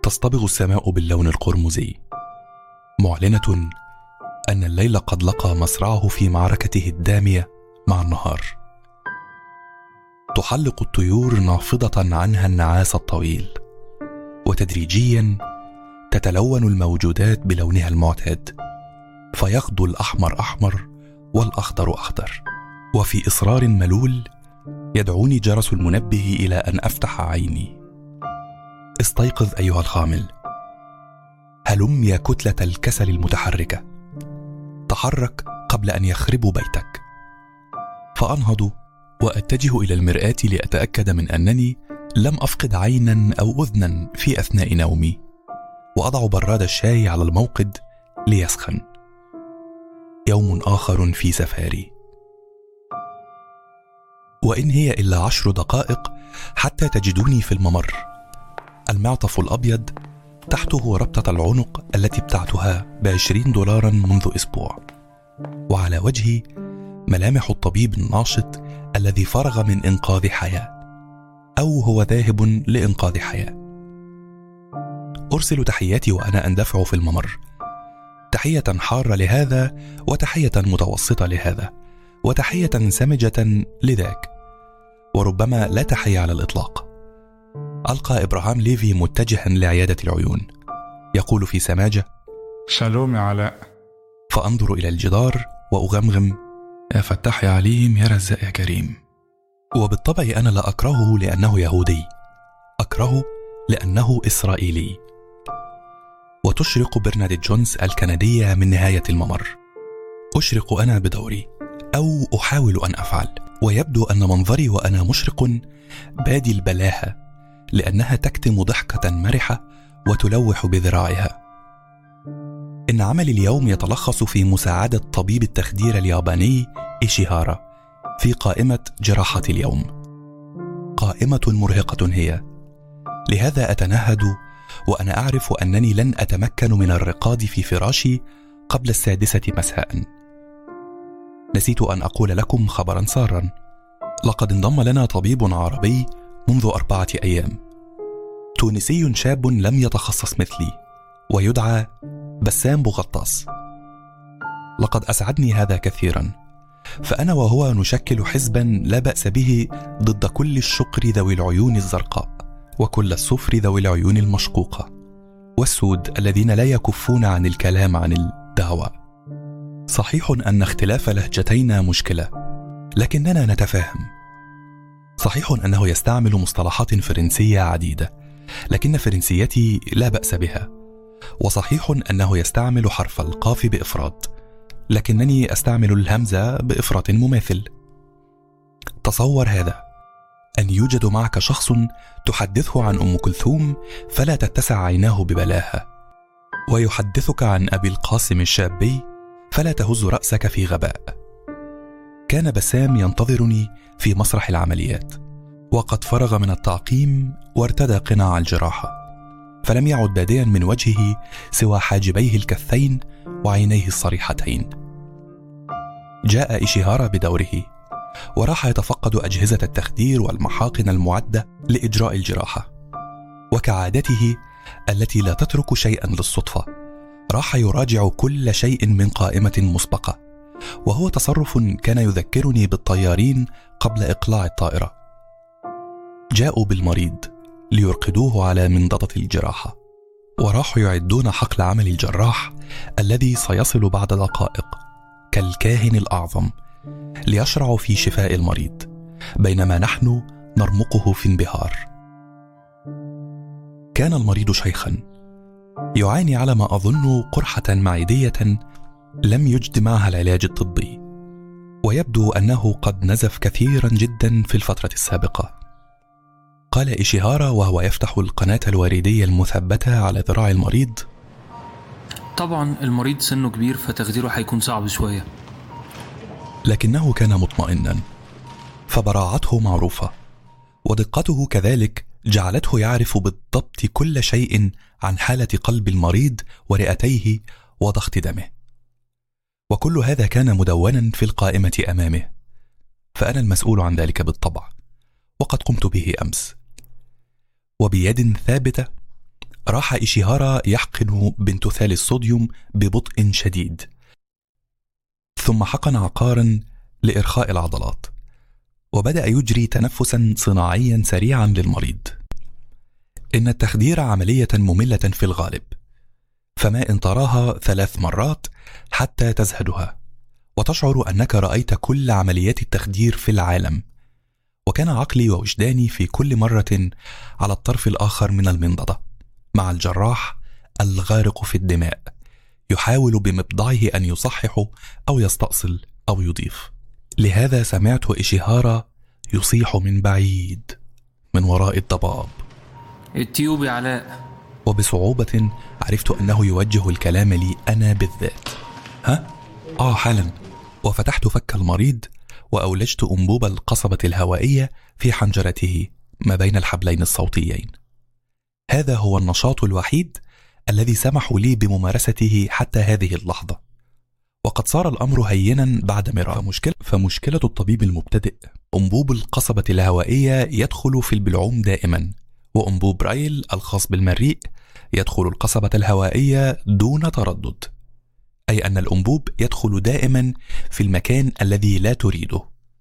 تصطبغ السماء باللون القرمزي، معلنة أن الليل قد لقى مصرعه في معركته الدامية مع النهار. تحلق الطيور نافضة عنها النعاس الطويل، وتدريجيا تتلون الموجودات بلونها المعتاد، فيغدو الأحمر أحمر والأخضر أخضر. وفي إصرار ملول يدعوني جرس المنبه إلى أن أفتح عيني. استيقظ أيها الخامل، هلم يا كتلة الكسل المتحركة، تحرك قبل أن يخربوا بيتك. فأنهض وأتجه إلى المرآة لأتأكد من أنني لم أفقد عينا أو أذنا في أثناء نومي، وأضع براد الشاي على الموقد ليسخن. يوم آخر في سفاري، وإن هي إلا 10 دقائق حتى تجدوني في الممر. المعطف الأبيض تحته ربطة العنق التي ابتعتها $20 منذ أسبوع، وعلى وجهي ملامح الطبيب الناشط الذي فرغ من إنقاذ حياة، أو هو ذاهب لإنقاذ حياة. أرسل تحياتي وأنا أندفع في الممر، تحية حارة لهذا، وتحية متوسطة لهذا، وتحية سمجة لذاك، وربما لا تحية على الإطلاق. ألقى إبراهام ليفي متجها لعيادة العيون، يقول في سماجة: شالوم يا علاء. فأنظر إلى الجدار وأغمغم: يا فتاح يا عليم، يا رزاق يا كريم. وبالطبع أنا لا أكرهه لأنه يهودي، أكرهه لأنه إسرائيلي. وتشرق برناديت جونز الكندية من نهاية الممر. أشرق أنا بدوري، أو أحاول أن أفعل، ويبدو أن منظري وأنا مشرق بادي البلاهة، لأنها تكتم ضحكة مرحة وتلوح بذراعها. إن عملي اليوم يتلخص في مساعدة طبيب التخدير الياباني إيشيهارا في قائمة جراحة اليوم. قائمة مرهقة هي، لهذا أتنهد وأنا أعرف أنني لن أتمكن من الرقاد في فراشي قبل 6 مساء. نسيت أن أقول لكم خبرا سارا: لقد انضم لنا طبيب عربي منذ 4 أيام، تونسي شاب لم يتخصص مثلي، ويدعى بسام بوغطاس. لقد أسعدني هذا كثيرا، فأنا وهو نشكل حزبا لا بأس به ضد كل الشقر ذوي العيون الزرقاء، وكل الصفر ذوي العيون المشقوقة، والسود الذين لا يكفون عن الكلام عن الدعوة. صحيح أن اختلاف لهجتينا مشكلة، لكننا نتفاهم. صحيح أنه يستعمل مصطلحات فرنسية عديدة، لكن فرنسيتي لا بأس بها. وصحيح أنه يستعمل حرف القاف بإفراد، لكنني أستعمل الهمزة بإفراط مماثل. تصور هذا، أن يوجد معك شخص تحدثه عن أم كلثوم فلا تتسع عيناه ببلاهة، ويحدثك عن أبي القاسم الشابي فلا تهز رأسك في غباء. كان بسام ينتظرني في مسرح العمليات، وقد فرغ من التعقيم وارتدى قناع الجراحة، فلم يعد باديا من وجهه سوى حاجبيه الكثين وعينيه الصريحتين. جاء إيشيهارا بدوره، وراح يتفقد أجهزة التخدير والمحاقن المعدة لإجراء الجراحة، وكعادته التي لا تترك شيئا للصدفة راح يراجع كل شيء من قائمة مسبقة، وهو تصرف كان يذكرني بالطيارين قبل إقلاع الطائرة. جاءوا بالمريض ليرقدوه على منضدة الجراحة، وراحوا يعدون حقل عمل الجراح الذي سيصل بعد دقائق كالكاهن الأعظم ليشرع في شفاء المريض، بينما نحن نرمقه في انبهار. كان المريض شيخا يعاني على ما أظن قرحة معدية لم يجد معها العلاج الطبي، ويبدو أنه قد نزف كثيرا جدا في الفترة السابقة. قال إيشيهارا وهو يفتح القناة الواريدية المثبتة على ذراع المريض: طبعا المريض سنه كبير فتخديره هيكون صعب شوية. لكنه كان مطمئنا، فبراعته معروفة، ودقته كذلك جعلته يعرف بالضبط كل شيء عن حالة قلب المريض ورئتيه وضغط دمه، وكل هذا كان مدونا في القائمة أمامه، فأنا المسؤول عن ذلك بالطبع، وقد قمت به أمس. وبيد ثابتة راح إيشيهارا يحقن بنتثال الصوديوم ببطء شديد، ثم حقن عقارا لإرخاء العضلات، وبدأ يجري تنفسا صناعيا سريعا للمريض. إن التخدير عملية مملة في الغالب، فما إن تراها 3 مرات حتى تزهدها وتشعر أنك رأيت كل عمليات التخدير في العالم. وكان عقلي ووجداني في كل مرة على الطرف الآخر من المنضدة مع الجراح الغارق في الدماء يحاول بمبضعه أن يصحح أو يستأصل أو يضيف. لهذا سمعت إيشيهارا يصيح من بعيد من وراء الضباب: التيوب يا علاء. وبصعوبة عرفت أنه يوجه الكلام لي أنا بالذات. ها؟ حالا. وفتحت فك المريض وأولجت أنبوب القصبة الهوائية في حنجرته ما بين الحبلين الصوتيين. هذا هو النشاط الوحيد الذي سمحوا لي بممارسته حتى هذه اللحظة، وقد صار الأمر هينا بعد مرار. فمشكلة الطبيب المبتدئ أنبوب القصبة الهوائية يدخل في البلعوم دائما، وأنبوب رايل الخاص بالمريء يدخل القصبة الهوائية دون تردد، أي أن الأنبوب يدخل دائما في المكان الذي لا تريده.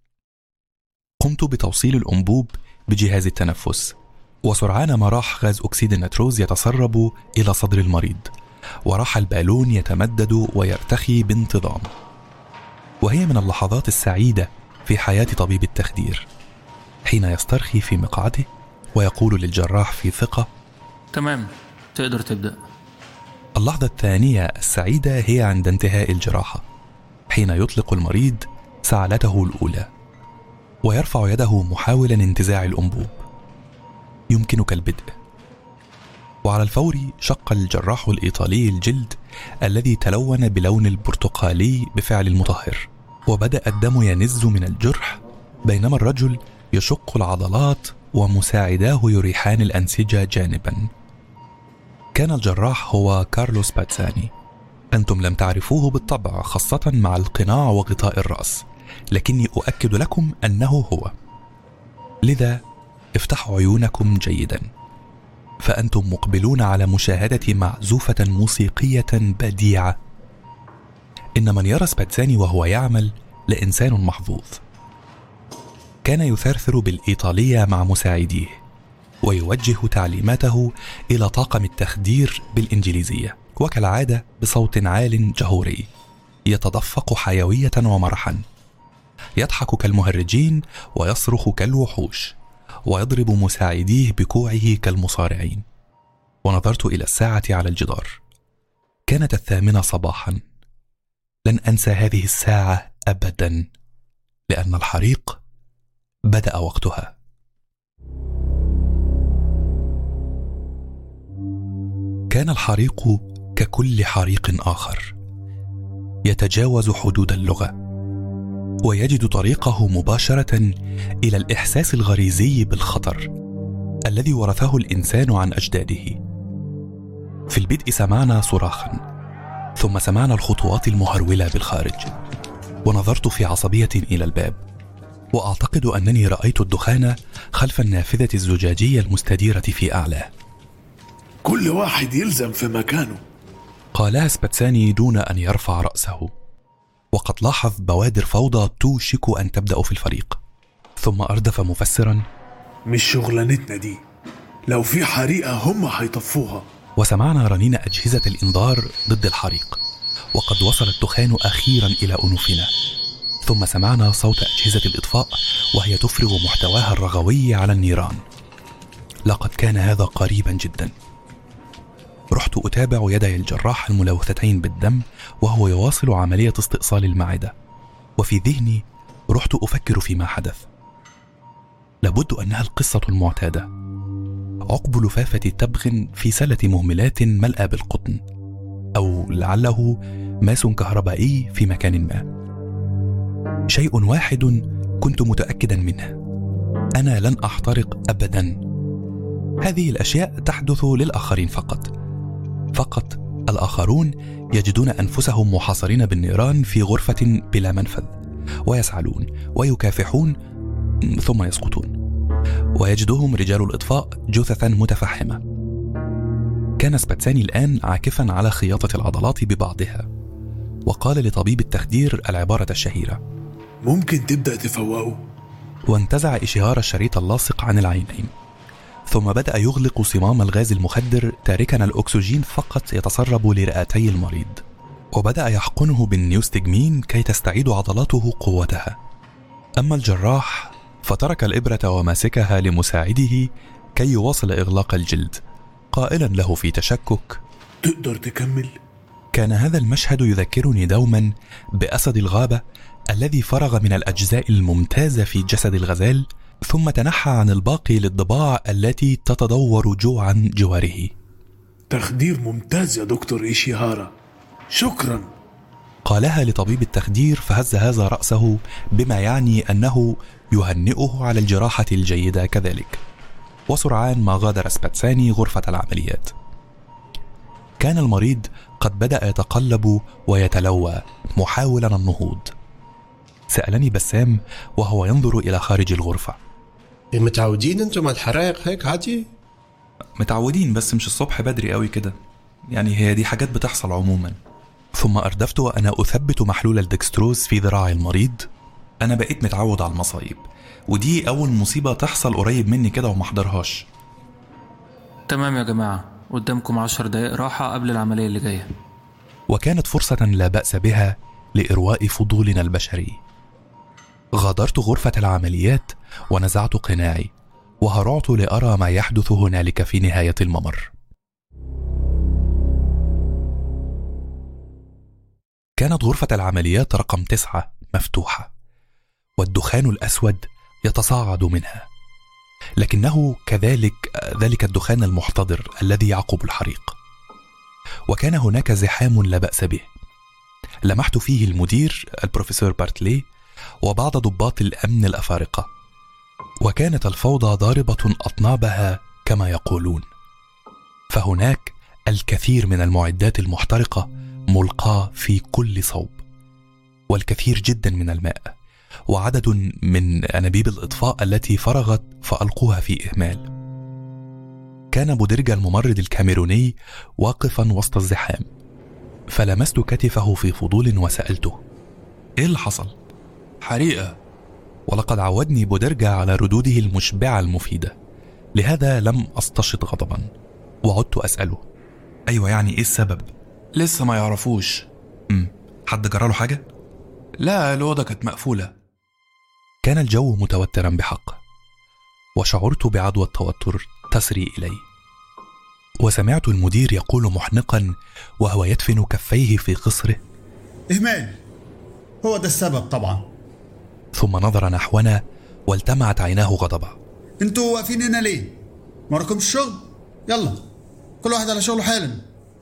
قمت بتوصيل الأنبوب بجهاز التنفس، وسرعان ما راح غاز أكسيد النيتروز يتسرب إلى صدر المريض، وراح البالون يتمدد ويرتخي بانتظام. وهي من اللحظات السعيدة في حياة طبيب التخدير، حين يسترخي في مقعده ويقول للجراح في ثقة: تمام، تقدر تبدأ. اللحظة الثانية السعيدة هي عند انتهاء الجراحة، حين يطلق المريض سعلته الأولى ويرفع يده محاولا انتزاع الأنبوب. يمكنك البدء. وعلى الفور شق الجراح الإيطالي الجلد الذي تلون بلون البرتقالي بفعل المطهر، وبدأ الدم ينز من الجرح، بينما الرجل يشق العضلات ومساعداه يريحان الأنسجة جانبا. كان الجراح هو كارلوس باتساني. أنتم لم تعرفوه بالطبع، خاصة مع القناع وغطاء الرأس، لكني أؤكد لكم أنه هو. لذا افتحوا عيونكم جيدا، فأنتم مقبلون على مشاهدة معزوفة موسيقية بديعة. إن من يرى سباتساني وهو يعمل لإنسان محظوظ. كان يثرثر بالإيطالية مع مساعديه، ويوجه تعليماته إلى طاقم التخدير بالإنجليزية، وكالعادة بصوت عال جهوري يتدفق حيوية ومرحا. يضحك كالمهرجين ويصرخ كالوحوش، ويضرب مساعديه بكوعه كالمصارعين. ونظرت إلى الساعة على الجدار، كانت 8 صباحا. لن أنسى هذه الساعة أبدا، لأن الحريق بدأ وقتها. كان الحريق ككل حريق آخر، يتجاوز حدود اللغة، ويجد طريقه مباشرة إلى الإحساس الغريزي بالخطر الذي ورثه الإنسان عن أجداده. في البدء سمعنا صراخا، ثم سمعنا الخطوات المهرولة بالخارج، ونظرت في عصبية إلى الباب، وأعتقد أنني رأيت الدخان خلف النافذة الزجاجية المستديرة في أعلاه. كل واحد يلزم في مكانه، قالها سباتساني دون أن يرفع رأسه، وقد لاحظ بوادر فوضى توشك أن تبدأ في الفريق. ثم أردف مفسرا: مش شغلانتنا دي، لو في حريقة هم هيطفوها. وسمعنا رنين أجهزة الإنذار ضد الحريق، وقد وصل الدخان أخيرا إلى أنوفنا. ثم سمعنا صوت أجهزة الإطفاء وهي تفرغ محتواها الرغوي على النيران. لقد كان هذا قريبا جدا. رحت أتابع يدي الجراح الملوثتين بالدم وهو يواصل عملية استئصال المعدة، وفي ذهني رحت أفكر فيما حدث. لابد أنها القصة المعتادة: عقب لفافة تبغ في سلة مهملات ملأى بالقطن، أو لعله ماس كهربائي في مكان ما. شيء واحد كنت متأكدا منه: أنا لن أحترق أبدا. هذه الأشياء تحدث للآخرين فقط الآخرون يجدون أنفسهم محاصرين بالنيران في غرفة بلا منفذ، ويسعلون ويكافحون ثم يسقطون، ويجدهم رجال الإطفاء جثثا متفحمة. كان سباتساني الآن عاكفا على خياطة العضلات ببعضها، وقال لطبيب التخدير العبارة الشهيرة: ممكن تبدأ تفوقه. وانتزع إشهار الشريط اللاصق عن العينين، ثم بدأ يغلق صمام الغاز المخدر، تاركا الأكسجين فقط يتسرب لرئتي المريض، وبدأ يحقنه بالنيوستجمين كي تستعيد عضلاته قوتها. أما الجراح فترك الإبرة وماسكها لمساعده كي يواصل إغلاق الجلد، قائلا له في تشكك: تقدر تكمل؟ كان هذا المشهد يذكرني دوما بأسد الغابة الذي فرغ من الأجزاء الممتازة في جسد الغزال، ثم تنحى عن الباقي للضباع التي تتدور جوعا جواره. تخدير ممتاز يا دكتور إيشيهارا، شكرا. قالها لطبيب التخدير، فهز هذا رأسه بما يعني أنه يهنئه على الجراحة الجيدة كذلك. وسرعان ما غادر سباتساني غرفة العمليات. كان المريض قد بدأ يتقلب ويتلوى محاولا النهوض. سألني بسام وهو ينظر إلى خارج الغرفة: متعودين انتم على الحرائق هيك عادي؟ متعودين، بس مش الصبح بدري قوي كده، يعني هي دي حاجات بتحصل عموما. ثم أردفت وأنا أثبت محلول الدكستروز في ذراع المريض: أنا بقيت متعود على المصايب، ودي أول مصيبة تحصل قريب مني كده ومحضرهاش. تمام يا جماعة، قدامكم 10 دقايق راحة قبل العملية اللي جاية. وكانت فرصة لا بأس بها لإرواء فضولنا البشري. غادرت غرفة العمليات ونزعت قناعي، وهرعت لأرى ما يحدث هنالك في نهاية الممر. كانت غرفة العمليات رقم 9 مفتوحة، والدخان الأسود يتصاعد منها، لكنه كذلك ذلك الدخان المحتضر الذي يعقب الحريق. وكان هناك زحام لا بأس به. لمحت فيه المدير البروفيسور بارتلي وبعض ضباط الأمن الأفارقة، وكانت الفوضى ضاربة أطنابها كما يقولون. فهناك الكثير من المعدات المحترقة ملقاة في كل صوب، والكثير جدا من الماء، وعدد من أنابيب الإطفاء التي فرغت فألقوها في إهمال. كان بودرجا الممرض الكاميروني واقفا وسط الزحام، فلمست كتفه في فضول وسألته: إيه اللي حصل؟ حريقة. ولقد عودني بودرجا على ردوده المشبعة المفيدة، لهذا لم أستشط غضبا، وعدت أسأله: أيوة، يعني إيه السبب؟ لسه ما يعرفوش. حد جراله حاجة؟ لا، الأوضة كانت مقفولة. كان الجو متوترا بحق، وشعرت بعدوى التوتر تسري إلي. وسمعت المدير يقول محنقا وهو يدفن كفيه في قصره: إهمال، هو ده السبب طبعا. ثم نظر نحونا والتمعت عيناه غضبا: انتوا واقفين هنا ليه؟ وراكم الشغل؟ يلا كل واحد على شغله حالا.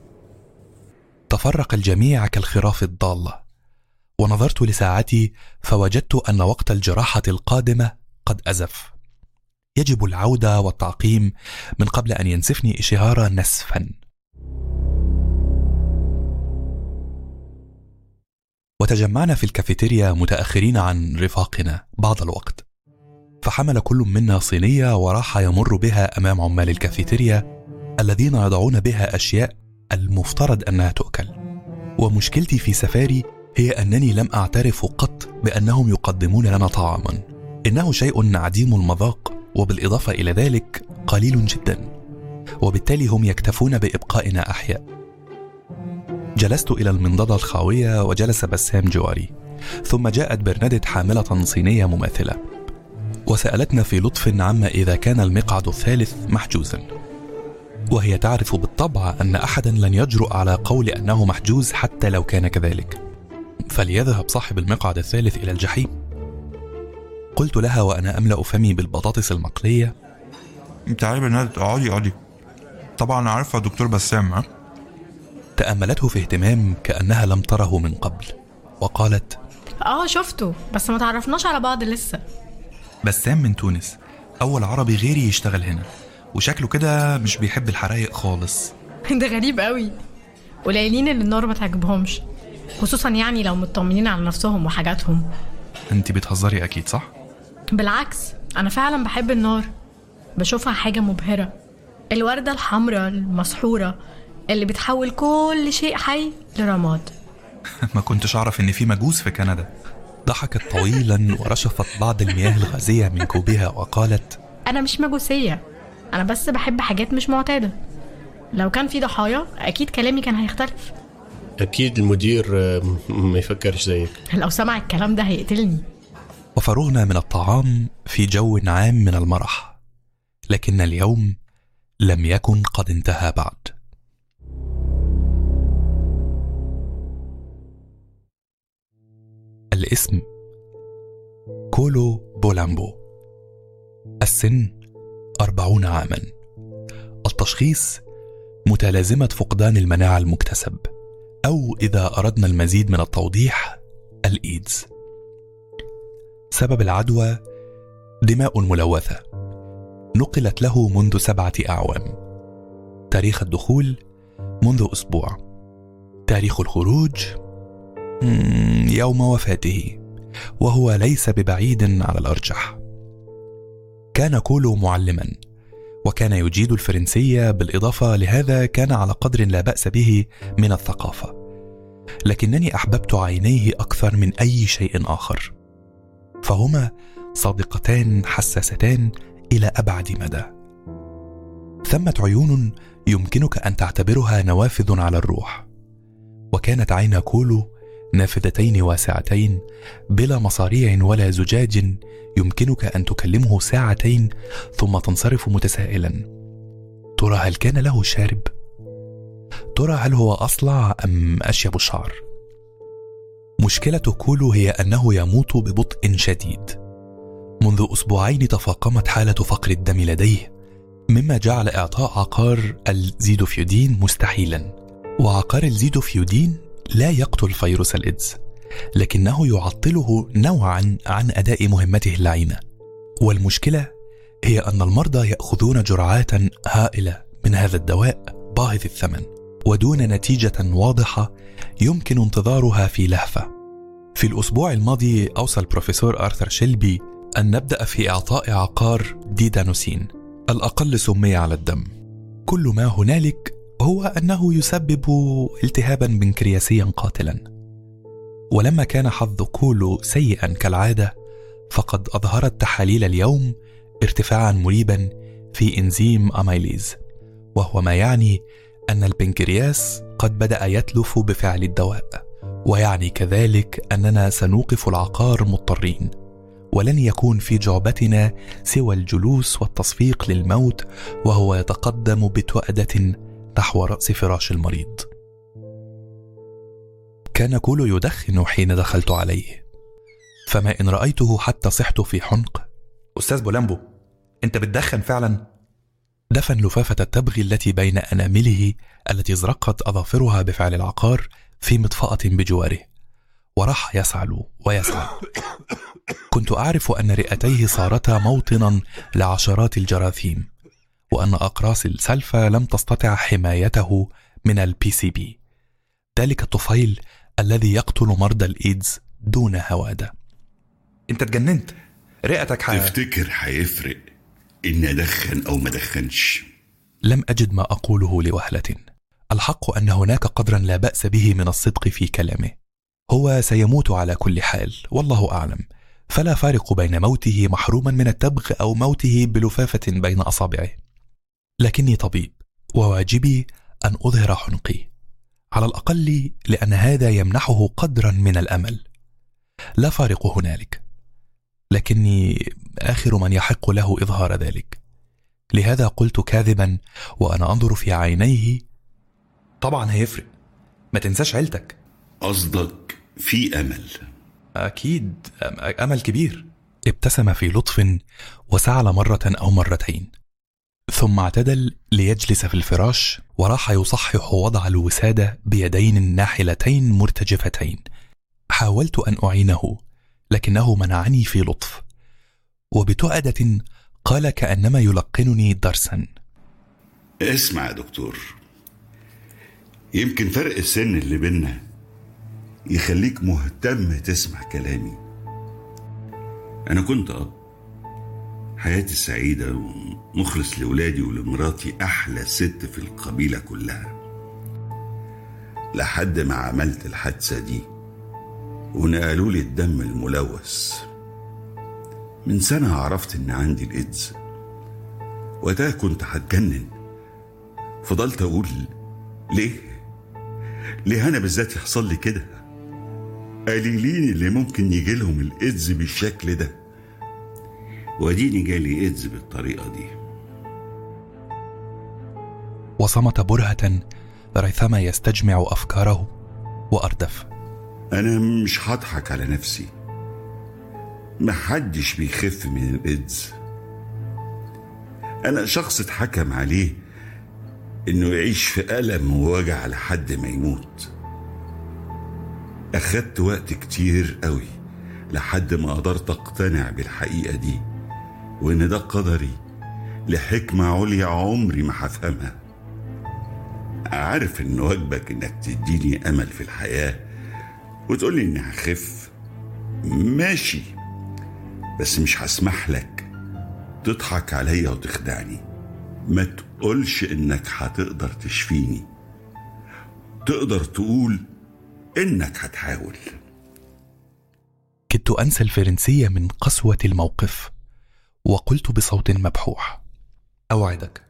تفرق الجميع كالخراف الضالة، ونظرت لساعتي فوجدت أن وقت الجراحة القادمة قد أزف. يجب العودة والتعقيم من قبل أن ينسفني إشهارا نسفا. وتجمعنا في الكافيتيريا متأخرين عن رفاقنا بعض الوقت، فحمل كل منا صينية وراح يمر بها أمام عمال الكافيتيريا الذين يضعون بها أشياء المفترض أنها تؤكل. ومشكلتي في سفاري هي أنني لم أعترف قط بأنهم يقدمون لنا طعاما، إنه شيء عديم المذاق، وبالإضافة إلى ذلك قليل جدا، وبالتالي هم يكتفون بإبقائنا أحياء. جلست إلى المنضدة الخاوية وجلس بسام جواري، ثم جاءت برنادت حاملة صينية مماثلة، وسألتنا في لطف عما إذا كان المقعد الثالث محجوزا، وهي تعرف بالطبع أن أحدا لن يجرؤ على قول أنه محجوز حتى لو كان كذلك، فليذهب صاحب المقعد الثالث إلى الجحيم. قلت لها وأنا أملأ فمي بالبطاطس المقلية: تعالي برنادت، اقعدي. طبعا عارفة دكتور بسام، ها؟ تأملته في اهتمام كأنها لم تره من قبل، وقالت: شفته، بس ما تعرفناش على بعض لسه. بسام من تونس، أول عربي غيري يشتغل هنا، وشكله كده مش بيحب الحرايق خالص. ده غريب قوي، قليلين اللي النار ما تعجبهمش، خصوصا يعني لو مطمنين على نفسهم وحاجاتهم. انت بتهزري أكيد، صح؟ بالعكس، أنا فعلا بحب النار، بشوفها حاجة مبهرة. الوردة الحمراء المسحورة اللي بتحول كل شيء حي لرماد. ما كنتش أعرف إن في مجوس في كندا. ضحكت طويلا ورشفت بعض المياه الغازية من كوبها وقالت: أنا مش مجوسية، أنا بس بحب حاجات مش معتادة. لو كان في ضحايا أكيد كلامي كان هيختلف. أكيد المدير ما يفكرش زيك. لو سمع الكلام ده هيقتلني. وفرغنا من الطعام في جو عام من المرح، لكن اليوم لم يكن قد انتهى بعد. الاسم كولو بولامبو، السن 40 عاما، التشخيص متلازمة فقدان المناعة المكتسب، أو إذا أردنا المزيد من التوضيح الإيدز. سبب العدوى دماء ملوثة نقلت له منذ 7 أعوام. تاريخ الدخول منذ أسبوع. تاريخ الخروج يوم وفاته، وهو ليس ببعيد على الأرجح. كان كولو معلما، وكان يجيد الفرنسية، بالإضافة لهذا كان على قدر لا بأس به من الثقافة، لكنني أحببت عينيه أكثر من أي شيء آخر، فهما صادقتان حساستان إلى أبعد مدى. ثمة عيون يمكنك أن تعتبرها نوافذ على الروح، وكانت عينا كولو نافذتين واسعتين بلا مصاريع ولا زجاج، يمكنك أن تكلمه ساعتين ثم تنصرف متسائلا: ترى هل كان له شارب؟ ترى هل هو أصلع أم أشيب الشعر؟ مشكلة كولو هي أنه يموت ببطء شديد. منذ أسبوعين تفاقمت حالة فقر الدم لديه، مما جعل إعطاء عقار الزيدوفيودين مستحيلا. وعقار الزيدوفيودين لا يقتل فيروس الإيدز، لكنه يعطله نوعا عن أداء مهمته اللعينة. والمشكلة هي أن المرضى يأخذون جرعات هائلة من هذا الدواء باهظ الثمن، ودون نتيجة واضحة يمكن انتظارها في لهفة. في الأسبوع الماضي أوصى البروفيسور آرثر شيلبي أن نبدأ في إعطاء عقار ديدانوسين، الأقل سمية على الدم. كل ما هنالك هو أنه يسبب التهابا بنكرياسيا قاتلا. ولما كان حظ كولو سيئا كالعادة، فقد أظهرت تحاليل اليوم ارتفاعا مريبا في إنزيم أميليز، وهو ما يعني أن البنكرياس قد بدأ يتلف بفعل الدواء، ويعني كذلك أننا سنوقف العقار مضطرين، ولن يكون في جعبتنا سوى الجلوس والتصفيق للموت وهو يتقدم بتؤدة نحو رأس فراش المريض. كان كولو يدخن حين دخلت عليه، فما إن رأيته حتى صحت في حنق: أستاذ بولامبو، أنت بتدخن فعلا؟ دفن لفافة التبغ التي بين أنامله التي ازرقت أظافرها بفعل العقار في مطفأة بجواره، وراح يسعل ويسعل. كنت أعرف أن رئتيه صارتا موطنا لعشرات الجراثيم، وأن أقراص السلفة لم تستطع حمايته من الPCB، ذلك الطفيل الذي يقتل مرضى الإيدز دون هوادة. أنت اتجننت، رئتك تفتكر هيفرق إن أدخن أو ما أدخنش؟ لم أجد ما أقوله لوهلة. الحق أن هناك قدرا لا بأس به من الصدق في كلامه. هو سيموت على كل حال، والله أعلم، فلا فارق بين موته محروما من التبغ أو موته بلفافة بين أصابعه. لكني طبيب، وواجبي أن أظهر حنقي، على الأقل لأن هذا يمنحه قدرا من الأمل. لا فارق هنالك، لكني آخر من يحق له إظهار ذلك. لهذا قلت كاذبا وأنا أنظر في عينيه: طبعا هيفرق، ما تنساش عيلتك. قصدك في أمل؟ أكيد، أمل كبير. ابتسم في لطف وسعل مرة أو مرتين، ثم اعتدل ليجلس في الفراش، وراح يصحح وضع الوسادة بيدين ناحلتين مرتجفتين. حاولت أن أعينه، لكنه منعني في لطف، وبتؤدة قال كأنما يلقنني درسا: اسمع يا دكتور، يمكن فرق السن اللي بينا يخليك مهتم تسمع كلامي. أنا كنت أب، حياتي سعيدة ومخلص لولادي ولمراتي، أحلى ست في القبيلة كلها، لحد ما عملت الحادثة دي ونقلوا لي الدم الملوث. من سنة عرفت إن عندي الإيدز، وقتها كنت هتجنن. فضلت أقول ليه أنا بالذات يحصل لي كده؟ قليلين اللي ممكن يجي لهم الإيدز بالشكل ده، وديني جالي إيدز بالطريقة دي. وصمت برهة ريثما يستجمع أفكاره وأردف. أنا مش هضحك على نفسي، محدش بيخف من الإيدز. أنا شخص اتحكم عليه إنه يعيش في ألم ووجع لحد ما يموت. أخدت وقت كتير قوي لحد ما قدرت أقتنع بالحقيقة دي، وإن ده قدري لحكمة عليا عمري ما هفهمها. عارف إن واجبك إنك تديني أمل في الحياة وتقولي إني هخف، ماشي، بس مش هسمح لك تضحك عليا وتخدعني. ما تقولش إنك هتقدر تشفيني، تقدر تقول إنك هتحاول. كدت أنسى الفرنسية من قسوة الموقف، وقلت بصوت مبحوح: أوعدك.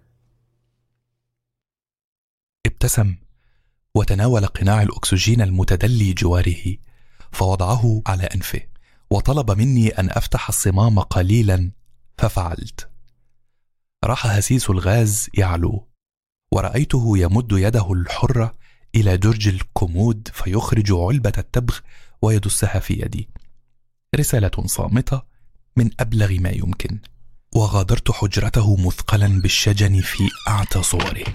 ابتسم وتناول قناع الأكسجين المتدلي جواره فوضعه على أنفه، وطلب مني أن أفتح الصمام قليلا، ففعلت. راح هسيس الغاز يعلو، ورأيته يمد يده الحرة إلى درج الكومود فيخرج علبة التبغ ويدسها في يدي. رسالة صامتة من أبلغ ما يمكن، وغادرت حجرته مثقلا بالشجن في أعتى صوره.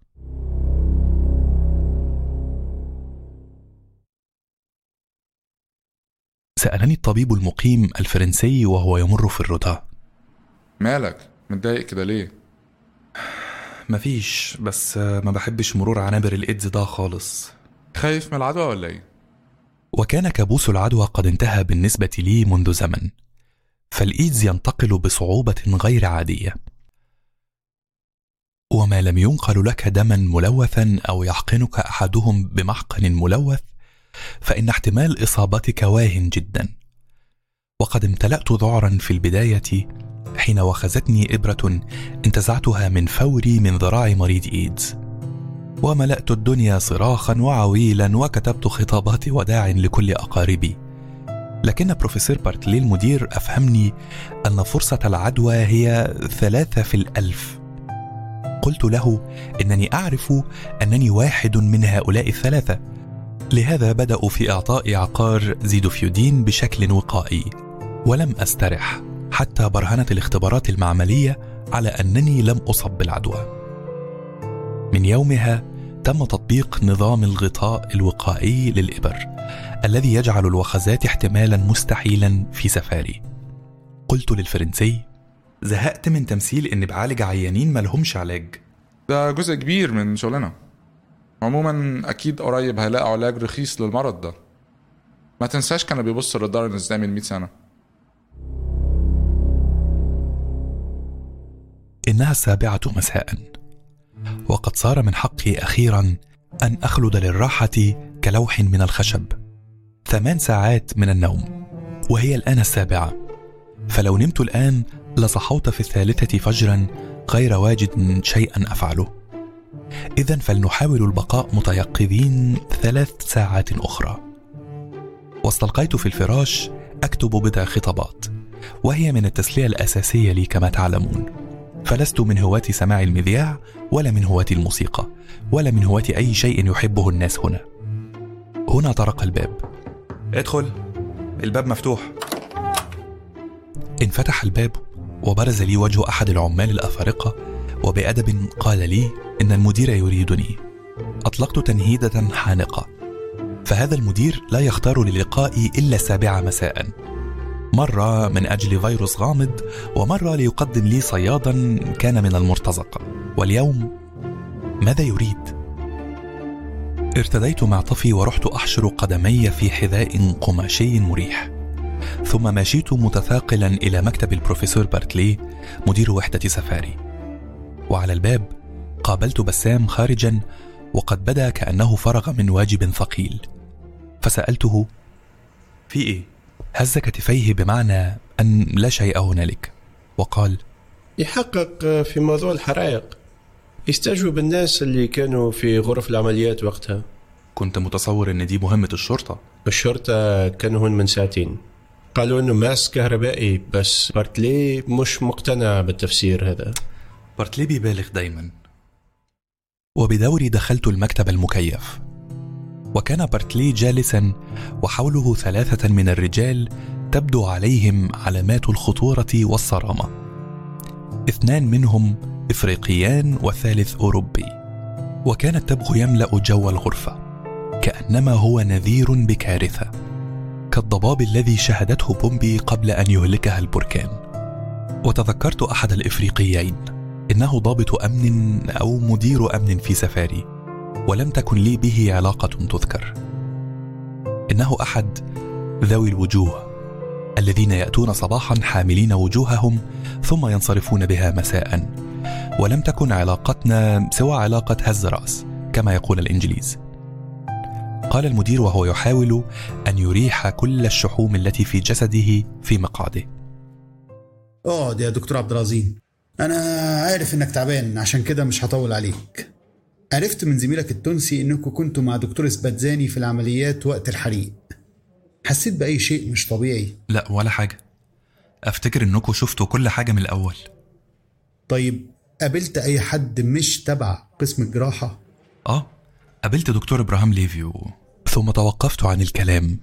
سألني الطبيب المقيم الفرنسي وهو يمر في الردى: مالك متضايق كده ليه؟ مفيش، بس ما بحبش مرور عنابر الإيدز ده خالص. خايف من العدوى ولا ايه؟ وكان كابوس العدوى قد انتهى بالنسبة لي منذ زمن، فالإيدز ينتقل بصعوبة غير عادية، وما لم ينقل لك دما ملوثا أو يحقنك أحدهم بمحقن ملوث فإن احتمال إصابتك واهن جدا. وقد امتلأت ذعرا في البداية حين وخزتني إبرة انتزعتها من فوري من ذراع مريض إيدز، وملأت الدنيا صراخا وعويلا وكتبت خطابات وداع لكل أقاربي. لكن بروفيسور بارتلي المدير أفهمني أن فرصة العدوى هي 3 في 1000. قلت له إنني أعرف أنني واحد من هؤلاء 3، لهذا بدأوا في إعطاء عقار زيدوفيودين بشكل وقائي، ولم أسترح حتى برهنت الاختبارات المعملية على أنني لم أصب بالعدوى. من يومها تم تطبيق نظام الغطاء الوقائي للإبر الذي يجعل الوخزات احتمالا مستحيلا في سفاري. قلت للفرنسي: زهقت من تمثيل إني بعالج عيانين ملهمش علاج. ده جزء كبير من شغلنا. عموما أكيد قريب هيلاقوا علاج رخيص للمرض ده. ما تنساش كانوا بيبصوا للدار النظامي 100 سنة. إنها 7 مساء، وقد صار من حقي أخيرا أن أخلد للراحة كلوح من الخشب. 8 ساعات من النوم، وهي الآن 7، فلو نمت الآن لصحوت في 3 فجرا غير واجد شيئا أفعله. إذن فلنحاول البقاء متيقظين 3 ساعات أخرى. واستلقيت في الفراش أكتب بضع خطابات، وهي من التسلية الأساسية لي كما تعلمون، فلست من هواة سماع المذياع ولا من هواة الموسيقى ولا من هواة أي شيء يحبه الناس هنا. هنا طرق الباب. ادخل، الباب مفتوح. انفتح الباب وبرز لي وجه أحد العمال الأفارقة، وبأدب قال لي إن المدير يريدني. أطلقت تنهيدة حانقة، فهذا المدير لا يختار للقائي إلا 7 مساء، مرة من أجل فيروس غامض، ومرة ليقدم لي صيادا كان من المرتزقة، واليوم ماذا يريد؟ ارتديت معطفي ورحت أحشر قدمي في حذاء قماشي مريح، ثم مشيت متثاقلا إلى مكتب البروفيسور بارتلي مدير وحدة سفاري. وعلى الباب قابلت بسام خارجا وقد بدا كأنه فرغ من واجب ثقيل، فسألته: في إيه؟ هز كتفيه بمعنى أن لا شيء هنالك، وقال: يحقق في موضوع الحرائق، يستجوب الناس اللي كانوا في غرف العمليات وقتها. كنت متصور أن دي مهمة الشرطة. الشرطة كانوا هون من ساعتين، قالوا أنه ماس كهربائي، بس بارتلي مش مقتنع بالتفسير هذا. بارتلي بيبالغ دايما. وبدوري دخلت المكتب المكيف، وكان بارتلي جالسا وحوله 3 من الرجال تبدو عليهم علامات الخطورة والصرامة. 2 منهم إفريقيان والثالث أوروبي، وكان التبغ يملأ جو الغرفة كأنما هو نذير بكارثة، كالضباب الذي شهدته بومبي قبل أن يهلكها البركان. وتذكرت أحد الإفريقيين، إنه ضابط أمن أو مدير أمن في سفاري، ولم تكن لي به علاقة تذكر. إنه أحد ذوي الوجوه الذين يأتون صباحا حاملين وجوههم ثم ينصرفون بها مساء، ولم تكن علاقتنا سوى علاقة هز رأس كما يقول الإنجليز. قال المدير وهو يحاول أن يريح كل الشحوم التي في جسده في مقعده: اقعد يا دكتور عبد العظيم، أنا عارف إنك تعبان، عشان كده مش هطول عليك. عرفت من زميلك التونسي إنكم كنتوا مع دكتور سباتزاني في العمليات وقت الحريق. حسيت بأي شيء مش طبيعي؟ لا ولا حاجة، أفتكر إنكم شفتوا كل حاجة من الأول. طيب قابلت أي حد مش تبع قسم الجراحة؟ قابلت دكتور إبراهام ليفيو. ثم توقفت عن الكلام.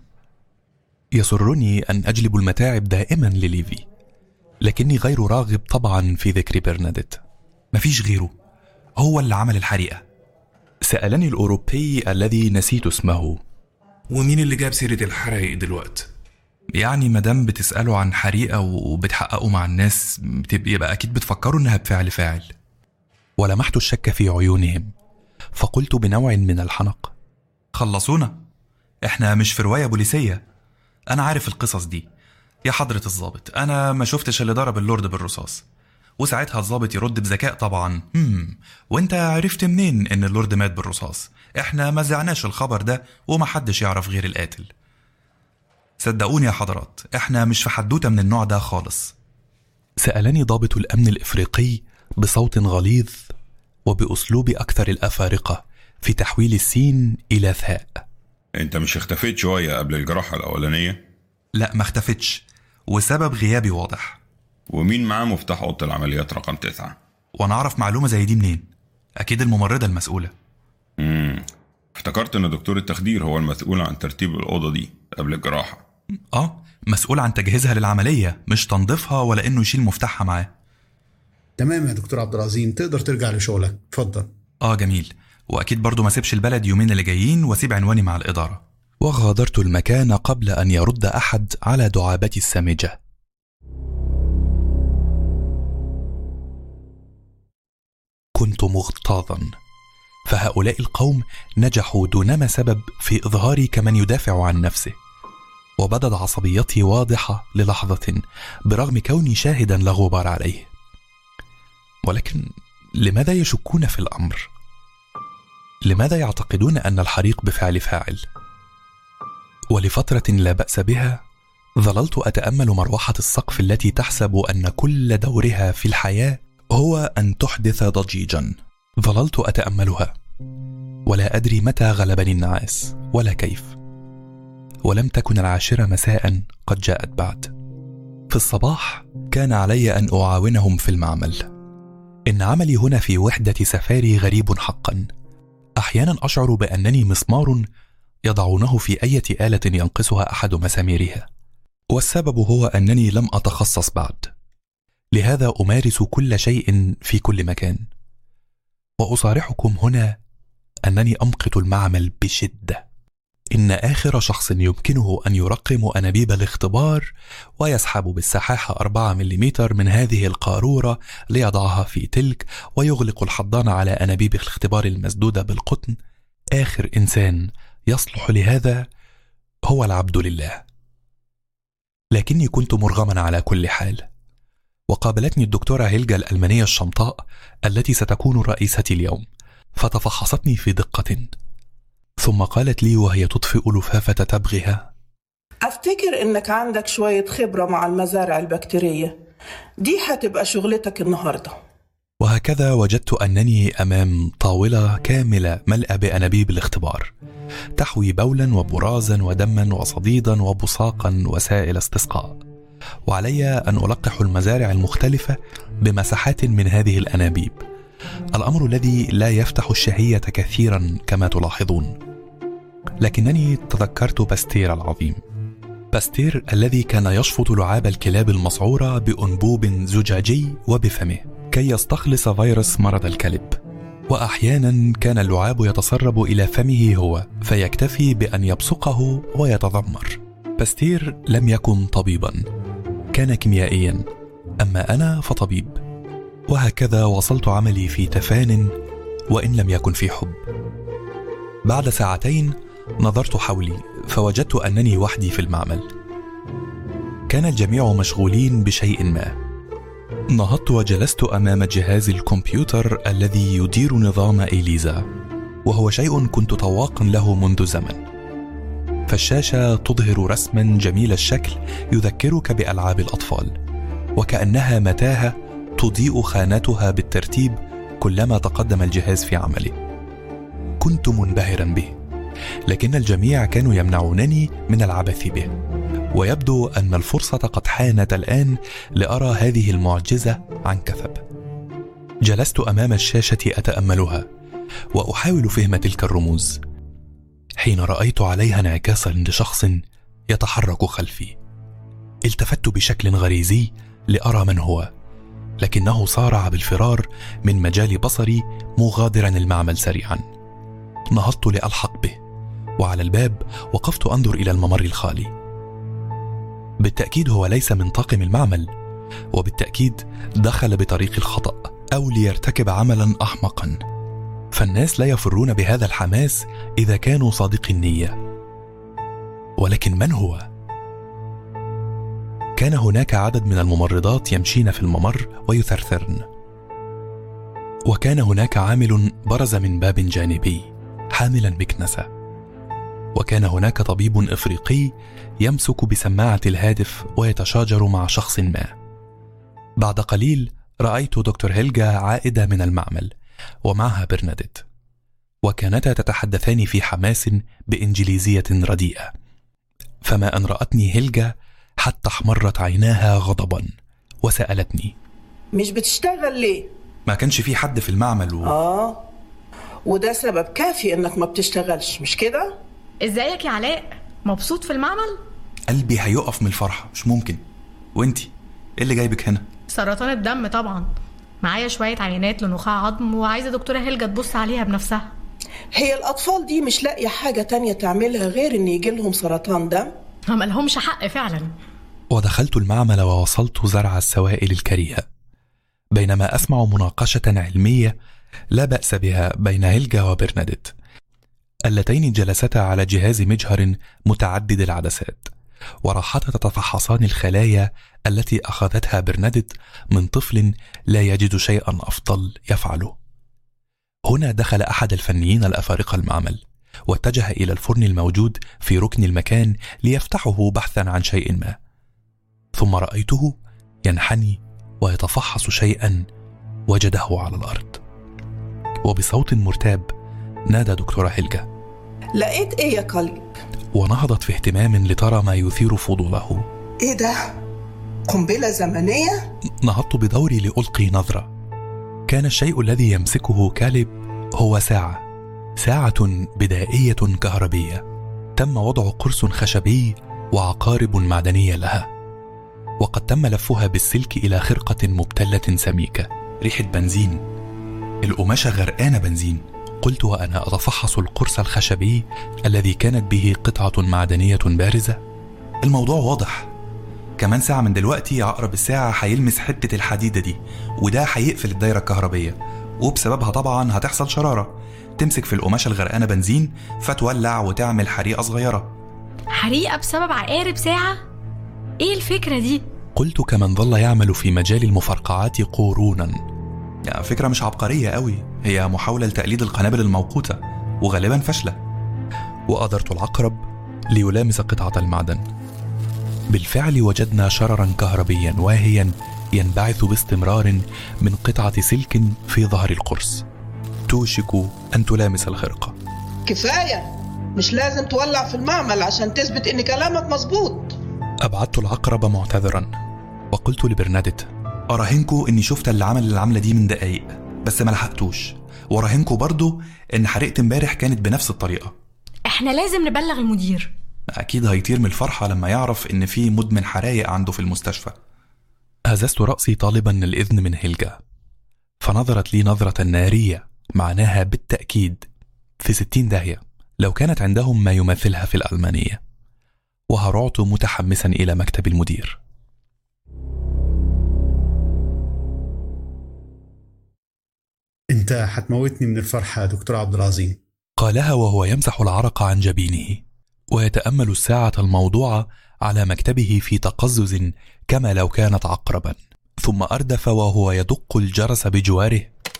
يسرني أن أجلب المتاعب دائما لليفي، لكني غير راغب طبعا في ذكر برناديت. مفيش غيره، هو اللي عمل الحريقة. سألني الأوروبي الذي نسيت اسمه: ومين اللي جاب سيرة الحرائق دلوقت؟ يعني مدام بتسألوا عن حريقة وبتحققوا مع الناس، يبقى أكيد بتفكروا إنها بفعل فاعل. ولمحت الشك في عيونهم، فقلت بنوع من الحنق: خلصونا، إحنا مش في رواية بوليسية. أنا عارف القصص دي يا حضرة الضابط، أنا ما شفتش اللي ضرب اللورد بالرصاص. وساعتها الضابط يرد بذكاء طبعا: وانت عرفت منين ان اللورد مات بالرصاص؟ احنا ما زعناش الخبر ده وما حدش يعرف غير القاتل. صدقوني يا حضرات، احنا مش في حدوتة من النوع ده خالص. سألني ضابط الأمن الإفريقي بصوت غليظ وبأسلوب أكثر الأفارقة في تحويل السين إلى ثاء: انت مش اختفيت شوية قبل الجراحة الأولانية؟ لا ما اختفتش، وسبب غيابي واضح. ومين معاه مفتاح أوضة العمليات رقم 9؟ وانا اعرف معلومة زي دي منين؟ اكيد الممرضة المسؤولة. افتكرت ان دكتور التخدير هو المسؤول عن ترتيب الأوضة دي قبل الجراحة. مسؤول عن تجهيزها للعملية، مش تنظيفها ولا انه يشيل مفتاحها معاه. تمام يا دكتور عبد العظيم، تقدر ترجع لشغلك، اتفضل. جميل. واكيد برضو ما سيبش البلد يومين اللي جايين واسيب عنواني مع الإدارة. وغادرت المكان قبل ان يرد احد على دعابتي السامجة. كنت مغتاظا، فهؤلاء القوم نجحوا دونما سبب في إظهاري كمن يدافع عن نفسه، وبدت عصبيتي واضحة للحظة برغم كوني شاهدا لا غبار عليه. ولكن لماذا يشكون في الأمر؟ لماذا يعتقدون أن الحريق بفعل فاعل؟ ولفترة لا بأس بها ظللت أتأمل مروحة السقف التي تحسب أن كل دورها في الحياة هو أن تحدث ضجيجا. ظللت أتأملها ولا أدري متى غلبني النعاس ولا كيف. ولم تكن 10 مساء قد جاءت بعد. في الصباح كان علي أن أعاونهم في المعمل. إن عملي هنا في وحدة سفاري غريب حقا. أحيانا أشعر بأنني مسمار يضعونه في أي آلة ينقصها أحد مساميرها، والسبب هو أنني لم أتخصص بعد، لهذا أمارس كل شيء في كل مكان. وأصارحكم هنا أنني أمقت المعمل بشدة. إن آخر شخص يمكنه أن يرقم أنابيب الاختبار ويسحب بالسحاحة 4 ملم من هذه القارورة ليضعها في تلك ويغلق الحضان على أنابيب الاختبار المسدودة بالقطن، آخر إنسان يصلح لهذا هو العبد لله. لكني كنت مرغما على كل حال، وقابلتني الدكتورة هيلجا الألمانية الشمطاء التي ستكون رئيستي اليوم، فتفحصتني في دقة، ثم قالت لي وهي تطفئ لفافة تبغها: أفتكر إنك عندك شوية خبرة مع المزارع البكتيرية، دي هتبقى شغلتك النهاردة. وهكذا وجدت أنني أمام طاولة كاملة ملأ بأنابيب الاختبار، تحوي بولا وبرازا ودما وصديدا وبصاقا وسائل استسقاء، وعلي أن ألقح المزارع المختلفة بمساحات من هذه الأنابيب، الأمر الذي لا يفتح الشهية كثيرا كما تلاحظون. لكنني تذكرت باستير العظيم، باستير الذي كان يشفط لعاب الكلاب المسعورة بأنبوب زجاجي وبفمه كي يستخلص فيروس مرض الكلب، وأحيانا كان اللعاب يتسرب إلى فمه هو فيكتفي بأن يبصقه ويتذمر. باستير لم يكن طبيبا، كان كيميائيا، أما أنا فطبيب. وهكذا وصلت عملي في تفان وإن لم يكن في حب. بعد ساعتين نظرت حولي فوجدت أنني وحدي في المعمل. كان الجميع مشغولين بشيء ما. نهضت وجلست أمام جهاز الكمبيوتر الذي يدير نظام إليزا، وهو شيء كنت طواقا له منذ زمن. فالشاشة تظهر رسما جميل الشكل يذكرك بألعاب الأطفال، وكأنها متاهة تضيء خاناتها بالترتيب كلما تقدم الجهاز في عمله. كنت منبهرا به، لكن الجميع كانوا يمنعونني من العبث به، ويبدو أن الفرصة قد حانت الآن لأرى هذه المعجزة عن كثب. جلست أمام الشاشة أتأملها وأحاول فهم تلك الرموز، حين رأيت عليها انعكاسا لشخص يتحرك خلفي. التفت بشكل غريزي لأرى من هو، لكنه صارع بالفرار من مجال بصري مغادرا المعمل سريعا. نهضت لألحق به، وعلى الباب وقفت أنظر إلى الممر الخالي. بالتأكيد هو ليس من طاقم المعمل، وبالتأكيد دخل بطريق الخطأ أو ليرتكب عملا أحمقا، فالناس لا يفرون بهذا الحماس إذا كانوا صادقي النية. ولكن من هو؟ كان هناك عدد من الممرضات يمشين في الممر ويثرثرن، وكان هناك عامل برز من باب جانبي حاملا مكنسة، وكان هناك طبيب إفريقي يمسك بسماعة الهاتف ويتشاجر مع شخص ما. بعد قليل رأيت دكتور هيلجا عائدة من المعمل ومعها برناديت، وكانتا تتحدثان في حماس بإنجليزية رديئة، فما أن رأتني هيلجا حتى احمرت عيناها غضبا وسألتني: مش بتشتغل ليه؟ ما كانش في حد في المعمل وده سبب كافي انك ما بتشتغلش، مش كده؟ ازيك يا علاء؟ مبسوط في المعمل؟ قلبي هيقف من الفرحة، مش ممكن. وانتي ايه اللي جايبك هنا؟ سرطان الدم طبعا، معايا شوية عينات لنخاع عظم وعايزة دكتورة هيلجا تبص عليها بنفسها. هي الأطفال دي مش لاقية حاجة تانية تعملها غير ان يجي لهم سرطان دم؟ ما لهمش حق فعلا. ودخلت المعمل ووصلت زرع السوائل الكريهة، بينما أسمع مناقشة علمية لا بأس بها بين هيلجا وبرناديت، اللتين جلستا على جهاز مجهر متعدد العدسات، وراحتا تتفحصان الخلايا التي أخذتها برناديت من طفل لا يجد شيئا أفضل يفعله. هنا دخل أحد الفنيين الأفارقة المعمل، واتجه إلى الفرن الموجود في ركن المكان ليفتحه بحثا عن شيء ما، ثم رأيته ينحني ويتفحص شيئا وجده على الأرض، وبصوت مرتاب نادى دكتورة هيلجا: لقيت ايه يا قلب؟ ونهضت في اهتمام لترى ما يثير فضوله. ايه ده؟ قنبلة زمنية؟ نهضت بدوري لألقي نظرة. كان الشيء الذي يمسكه كالب هو ساعة بدائية كهربية، تم وضع قرص خشبي وعقارب معدنية لها، وقد تم لفها بالسلك إلى خرقة مبتلة سميكة، ريحة بنزين، القماشة غرقانة بنزين. قلت وأنا أتفحص القرص الخشبي الذي كانت به قطعة معدنية بارزة: الموضوع واضح، كمان ساعة من دلوقتي عقرب الساعة هيلمس حتة الحديدة دي، وده هيقفل الدايرة الكهربية، وبسببها طبعا هتحصل شرارة تمسك في القماشة الغرقانة بنزين فتولع وتعمل حريقة صغيرة. حريقة بسبب عقارب ساعة؟ ايه الفكرة دي؟ قلت كمن ظل يعمل في مجال المفرقعات قرونا. يعني فكرة مش عبقرية قوي، هي محاولة لتقليد القنابل الموقوتة وغالبا فاشلة. وأدرت العقرب ليلامس قطعة المعدن. بالفعل وجدنا شررا كهربيا واهيا ينبعث باستمرار من قطعة سلك في ظهر القرص، توشك أن تلامس الخرقة. كفاية، مش لازم تولع في المعمل عشان تثبت إن كلامك مظبوط. أبعدت العقرب معتذرا وقلت لبرناديت: أراهنكو إني شفت اللي عمل العملة دي من دقايق بس ما لحقتوش، وراهنكو برضو إن حريقة امبارح كانت بنفس الطريقة. احنا لازم نبلغ المدير. أكيد هيطير من الفرحة لما يعرف إن في مدمن حرايق عنده في المستشفى. هززت رأسي طالبا الإذن من هيلجا، فنظرت لي نظرة نارية معناها بالتأكيد في 60 داهية لو كانت عندهم ما يماثلها في الألمانية. وهرعت متحمسا إلى مكتب المدير. انت هتموتني من الفرحة يا دكتور عبد العظيم، قالها وهو يمسح العرق عن جبينه ويتأمل الساعة الموضوعة على مكتبه في تقزز كما لو كانت عقربا، ثم أردف وهو يدق الجرس بجواره: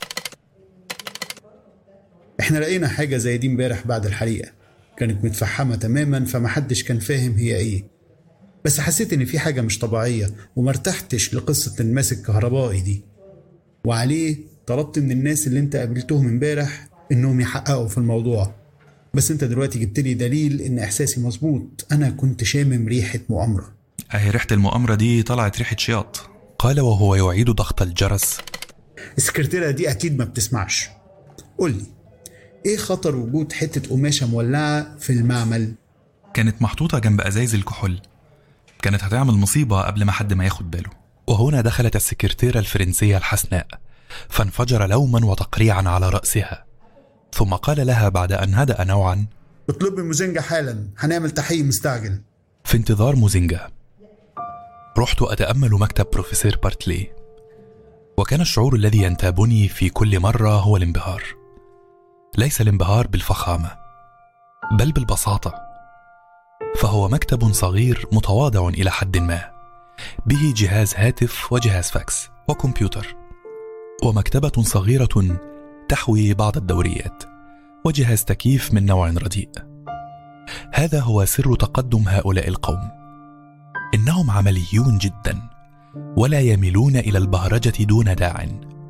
احنا لقينا حاجة زي دي امبارح بعد الحريقة، كانت متفحمة تماما فمحدش كان فاهم هي ايه، بس حسيت ان في حاجة مش طبيعية ومرتحتش لقصة الماس الكهربائي دي، وعليه طلبت من الناس اللي انت قابلتهم امبارح انهم يحققوا في الموضوع. بس انت دلوقتي جبت لي دليل ان احساسي مظبوط، انا كنت شامم ريحة مؤامرة. اهي ريحة المؤامرة دي طلعت ريحة شياط، قال وهو يعيد ضغط الجرس. السكرتيرة دي اكيد ما بتسمعش. قولي، ايه خطر وجود حتة قماشة مولعة في المعمل؟ كانت محطوطة جنب ازايز الكحول، كانت هتعمل مصيبة قبل ما حد ما ياخد باله. وهنا دخلت السكرتيرة الفرنسية الحسناء فانفجر لوما وتقريعا على رأسها، ثم قال لها بعد أن هدأ نوعا: اطلبي موزينجا حالا، هنعمل تحقيق مستعجل. في انتظار موزينجا رحت أتأمل مكتب بروفيسور بارتلي، وكان الشعور الذي ينتابني في كل مرة هو الانبهار. ليس الانبهار بالفخامة بل بالبساطة، فهو مكتب صغير متواضع إلى حد ما، به جهاز هاتف وجهاز فاكس وكمبيوتر، ومكتبة صغيرة تحوي بعض الدوريات وجهاز تكييف من نوع رديء. هذا هو سر تقدم هؤلاء القوم، إنهم عمليون جدا ولا يميلون إلى البهرجة دون داع.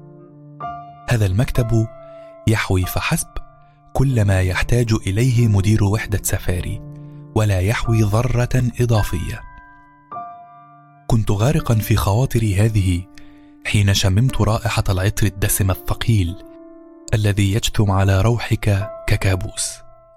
هذا المكتب يحوي فحسب كل ما يحتاج إليه مدير وحدة سفاري، ولا يحوي ذرة إضافية. كنت غارقا في خواطري هذه حين شممت رائحة العطر الدسم الثقيل الذي يجثم على روحك ككابوس،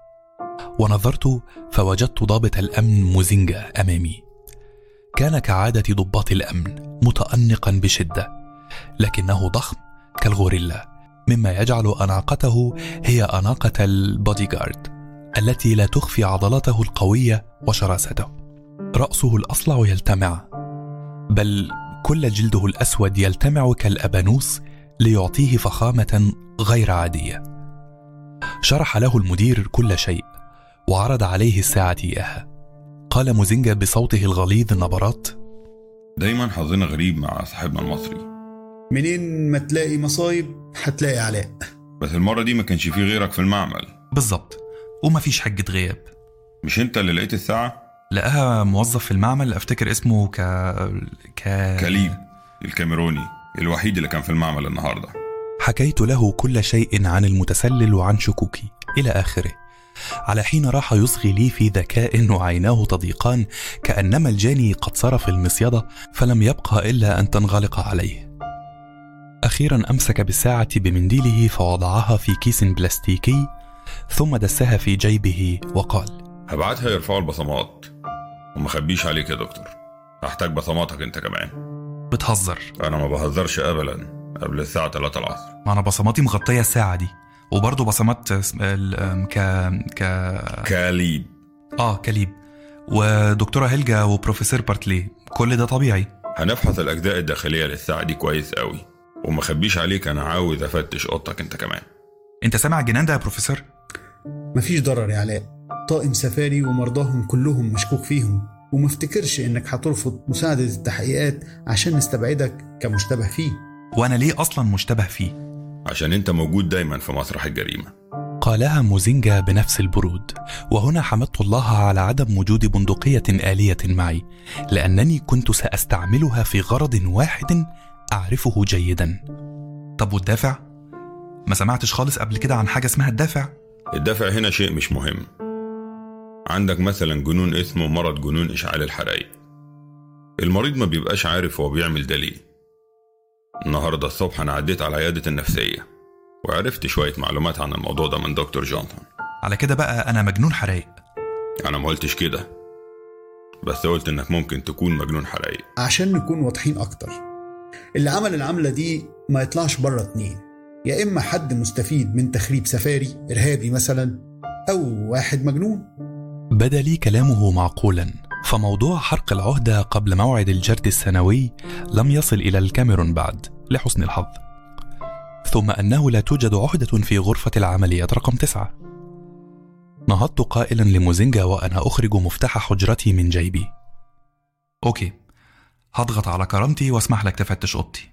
ونظرت فوجدت ضابط الأمن موزينجا أمامي. كان كعادة ضباط الأمن متأنقا بشدة، لكنه ضخم كالغوريلا، مما يجعل أناقته هي أناقة البودي جارد التي لا تخفي عضلاته القوية وشراسته. رأسه الأصلع يلتمع، بل كل جلده الأسود يلتمع كالأبانوس ليعطيه فخامة غير عادية. شرح له المدير كل شيء وعرض عليه الساعة إياها. قال موزينجا بصوته الغليظ النبرات: دايما حظنا غريب مع صاحبنا المصري، منين ما تلاقي مصايب هتلاقي علاء. بس المرة دي ما كانش فيه غيرك في المعمل. بالظبط، وما فيش حجة غياب. مش انت اللي لقيت الساعة؟ لقاها موظف في المعمل، افتكر اسمه كليب الكاميروني الوحيد اللي كان في المعمل النهاردة. حكيت له كل شيء عن المتسلل وعن شكوكي إلى آخره، على حين راح يصغي لي في ذكاء وعيناه تضيقان كأنما الجاني قد صرف المصيدة فلم يبقى إلا أن تنغلق عليه. أخيرا أمسك بالساعة بمنديله فوضعها في كيس بلاستيكي ثم دسها في جيبه وقال: هبعتها يرفعوا البصمات، وما خبيش عليك يا دكتور، هحتاج بصماتك انت كمان. بتهزر؟ انا ما بهزرش ابدا. قبل الساعة 3 العصر. ما انا بصماتي مغطية الساعة دي، وبرضو بصمات كليب. كليب ودكتورة هيلجا وبروفيسور بارتلي، كل ده طبيعي. هنفحص الأجزاء الداخلية للساعة دي كويس قوي، وما خبيش عليك أنا عاوز أفتش أوضتك أنت كمان. أنت سامع الجنان ده يا بروفيسور؟ مفيش ضرر يا علاء، طاقم سفاري ومرضاهم كلهم مشكوك فيهم، ومفتكرش إنك هترفض مساعدة التحقيقات عشان نستبعدك كمشتبه فيه. وأنا ليه أصلا مشتبه فيه؟ عشان انت موجود دايما في مسرح الجريمة. قالها موزينجا بنفس البرود، وهنا حمدت الله على عدم وجود بندقية آلية معي، لأنني كنت سأستعملها في غرض واحد أعرفه جيدا. طب والدافع؟ ما سمعتش خالص قبل كده عن حاجة اسمها الدافع؟ الدافع هنا شيء مش مهم. عندك مثلا جنون اسمه مرض جنون إشعال الحرائق. المريض ما بيبقاش عارف هو بيعمل ده ليه. النهاردة الصبح أنا عديت على عيادة النفسية وعرفت شوية معلومات عن الموضوع ده من دكتور جونسون. على كده بقى أنا مجنون حرائق؟ أنا ما قلتش كده، بس قلت إنك ممكن تكون مجنون حرائق. عشان نكون واضحين أكتر، اللي عمل العملة دي ما يطلعش بره 2، يا إما حد مستفيد من تخريب سفاري إرهابي مثلا، أو واحد مجنون. بدا لي كلامه معقولا، فموضوع حرق العهدة قبل موعد الجرد السنوي لم يصل إلى الكاميرون بعد لحسن الحظ، ثم أنه لا توجد عهدة في غرفة العمليات رقم 9. نهضت قائلا لموزينجا وأنا أخرج مفتاح حجرتي من جيبي. أوكي، هضغط على كرامتي واسمح لك تفتش أوضتي.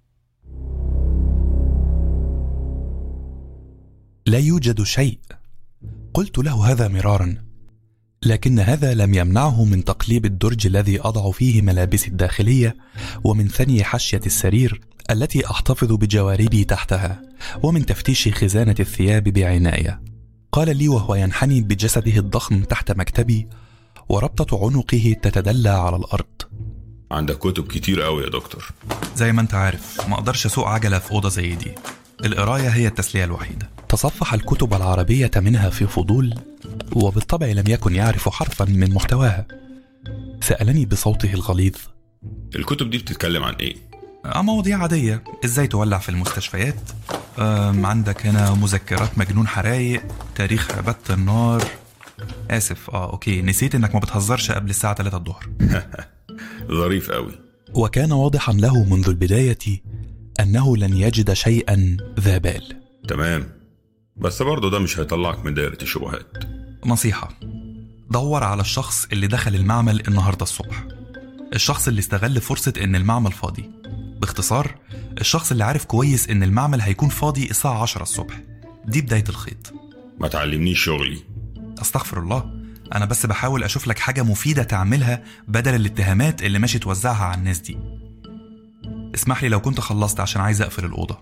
لا يوجد شيء. قلت له هذا مرارا، لكن هذا لم يمنعه من تقليب الدرج الذي أضع فيه ملابسي الداخلية، ومن ثني حاشية السرير التي أحتفظ بجواربي تحتها، ومن تفتيش خزانة الثياب بعناية. قال لي وهو ينحني بجسده الضخم تحت مكتبي وربطة عنقه تتدلى على الأرض: عندك كتب كتير قوي يا دكتور. زي ما انت عارف ما أقدرش أسوق عجلة في أوضة زي دي، القراية هي التسلية الوحيدة. تصفح الكتب العربية منها في فضول، وبالطبع لم يكن يعرف حرفا من محتواها. سألني بصوته الغليظ: الكتب دي بتتكلم عن ايه؟ مواضيع عادية، ازاي تولع في المستشفيات، عندك هنا مذكرات مجنون حرايق، تاريخ عبادة النار. آسف، اوكي، نسيت انك ما بتهزرش قبل الساعة 3 الظهر. ظريف قوي. وكان واضحا له منذ البداية أنه لن يجد شيئا ذا بال. تمام، بس برضه ده مش هيطلعك من دائرة الشبهات. نصيحة: دور على الشخص اللي دخل المعمل النهاردة الصبح، الشخص اللي استغل فرصة إن المعمل فاضي. باختصار، الشخص اللي عارف كويس إن المعمل هيكون فاضي الساعة 10 الصبح. دي بداية الخيط. ما تعلمنيش شغلي. أستغفر الله، أنا بس بحاول أشوف لك حاجة مفيدة تعملها بدل الاتهامات اللي ماشي توزعها على الناس دي. اسمح لي لو كنت خلصت عشان عايز أقفل الأوضة.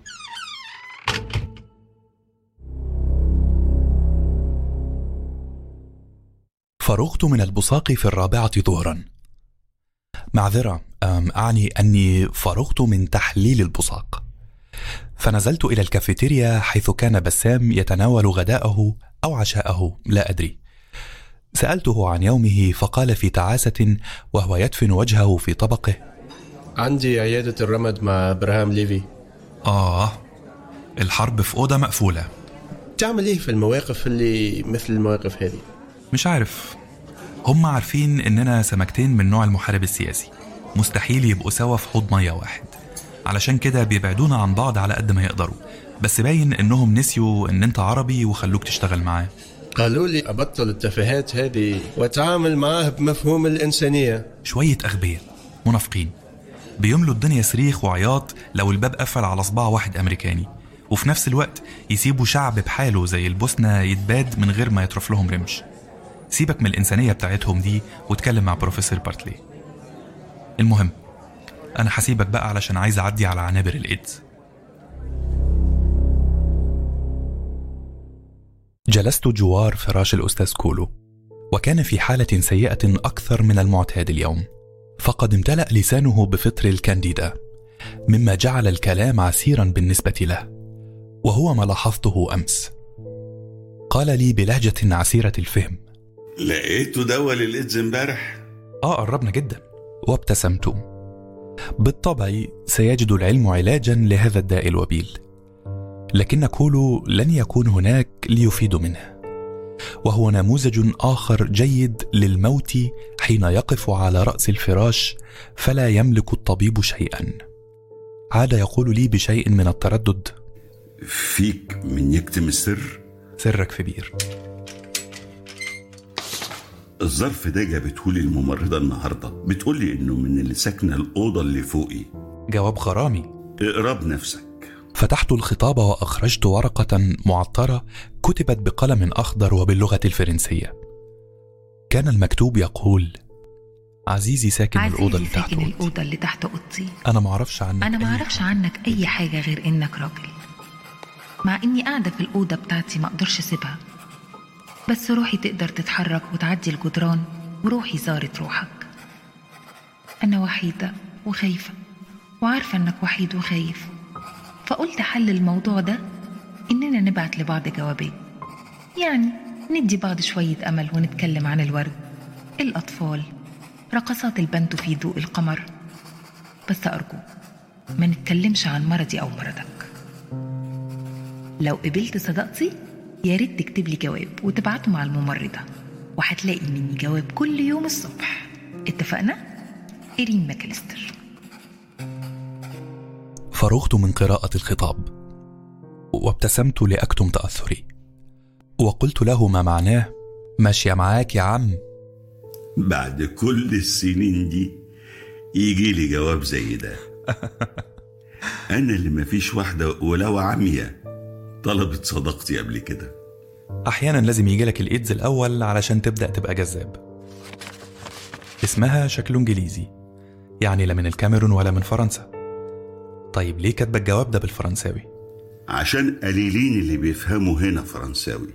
فرغت من البصاق في 4 ظهرا. معذرة، أعني أني فرغت من تحليل البصاق. فنزلت إلى الكافيتيريا حيث كان بسام يتناول غداءه أو عشاءه، لا أدري. سألته عن يومه فقال في تعاسة وهو يدفن وجهه في طبقه: عندي عيادة الرمد مع إبراهام ليفي. الحرب في أوضة مقفولة. تعمل إيه في المواقف اللي مثل المواقف هذه؟ مش عارف، هم عارفين إننا سمكتين من نوع المحارب السياسي، مستحيل يبقوا سوا في حوض مية واحد، علشان كده بيبعدونا عن بعض على قد ما يقدروا. بس باين إنهم نسيوا إن أنت عربي وخلوك تشتغل معاه. قالوا لي أبطل التفاهات هذه وأتعامل معاه بمفهوم الإنسانية. شوية أغبياء منافقين بيملوا الدنيا صريخ وعياط لو الباب قفل على صباع واحد أمريكاني، وفي نفس الوقت يسيبوا شعب بحاله زي البوسنة يتباد من غير ما يطرف لهم رمش. سيبك من الإنسانية بتاعتهم دي واتكلم مع بروفيسور بارتلي. المهم، أنا حسيبك بقى علشان عايز أعدي على عنابر الإيدز. جلست جوار فراش الأستاذ كولو، وكان في حالة سيئة أكثر من المعتاد اليوم، فقد امتلأ لسانه بفطر الكانديدا، مما جعل الكلام عسيرا بالنسبة له، وهو ما لاحظته أمس. قال لي بلهجة عسيرة الفهم: لقيته دواء للإيدز امبارح؟ قربنا جدا. وابتسمت. بالطبع سيجد العلم علاجا لهذا الداء الوبيل، لكن كولو لن يكون هناك ليفيد منه، وهو نموذج آخر جيد للموت حين يقف على رأس الفراش فلا يملك الطبيب شيئا. عاد يقول لي بشيء من التردد: فيك من يكتم السر؟ سرك في بير. الظرف ده جابتهولي الممرضة النهاردة، بتقولي إنه من اللي ساكنة الأوضة اللي فوقي. جواب غرامي. اقرا بنفسك. فتحت الخطاب وأخرجت ورقة معطرة كتبت بقلم أخضر وباللغة الفرنسية. كان المكتوب يقول: عزيزي ساكن الأوضة اللي تحت أوضتي، أنا معرفش عنك أي حاجة غير إنك راجل. مع إني قاعدة في الأوضة بتاعتي ما أقدرش أسيبها، بس روحي تقدر تتحرك وتعدي الجدران، وروحي زارت روحك. أنا وحيدة وخايفة، وعارفة إنك وحيد وخايف، فقلت حل الموضوع ده إننا نبعت لبعض جوابات، يعني ندي بعض شوية أمل ونتكلم عن الورد، الأطفال، رقصات البنت في ضوء القمر. بس أرجو ما نتكلمش عن مرضي أو مرضك. لو قبلت صداقتي يا ريت تكتب لي جواب وتبعته مع الممرضة، وهتلاقي مني جواب كل يوم الصبح. اتفقنا؟ إيرين ماكاليستر. فرغت من قراءة الخطاب وابتسمت لأكتم تأثري، وقلت له ما معناه: ماشية معاك يا عم. بعد كل السنين دي يجي لي جواب زي ده؟ أنا اللي مفيش واحدة ولو عمية طلبت صداقتي قبل كده. أحيانا لازم يجيلك الإيدز الأول علشان تبدأ تبقى جذاب. اسمها شكله إنجليزي، يعني لا من الكاميرون ولا من فرنسا. طيب ليه كاتبه الجواب ده بالفرنساوي؟ عشان قليلين اللي بيفهموا هنا فرنساوي.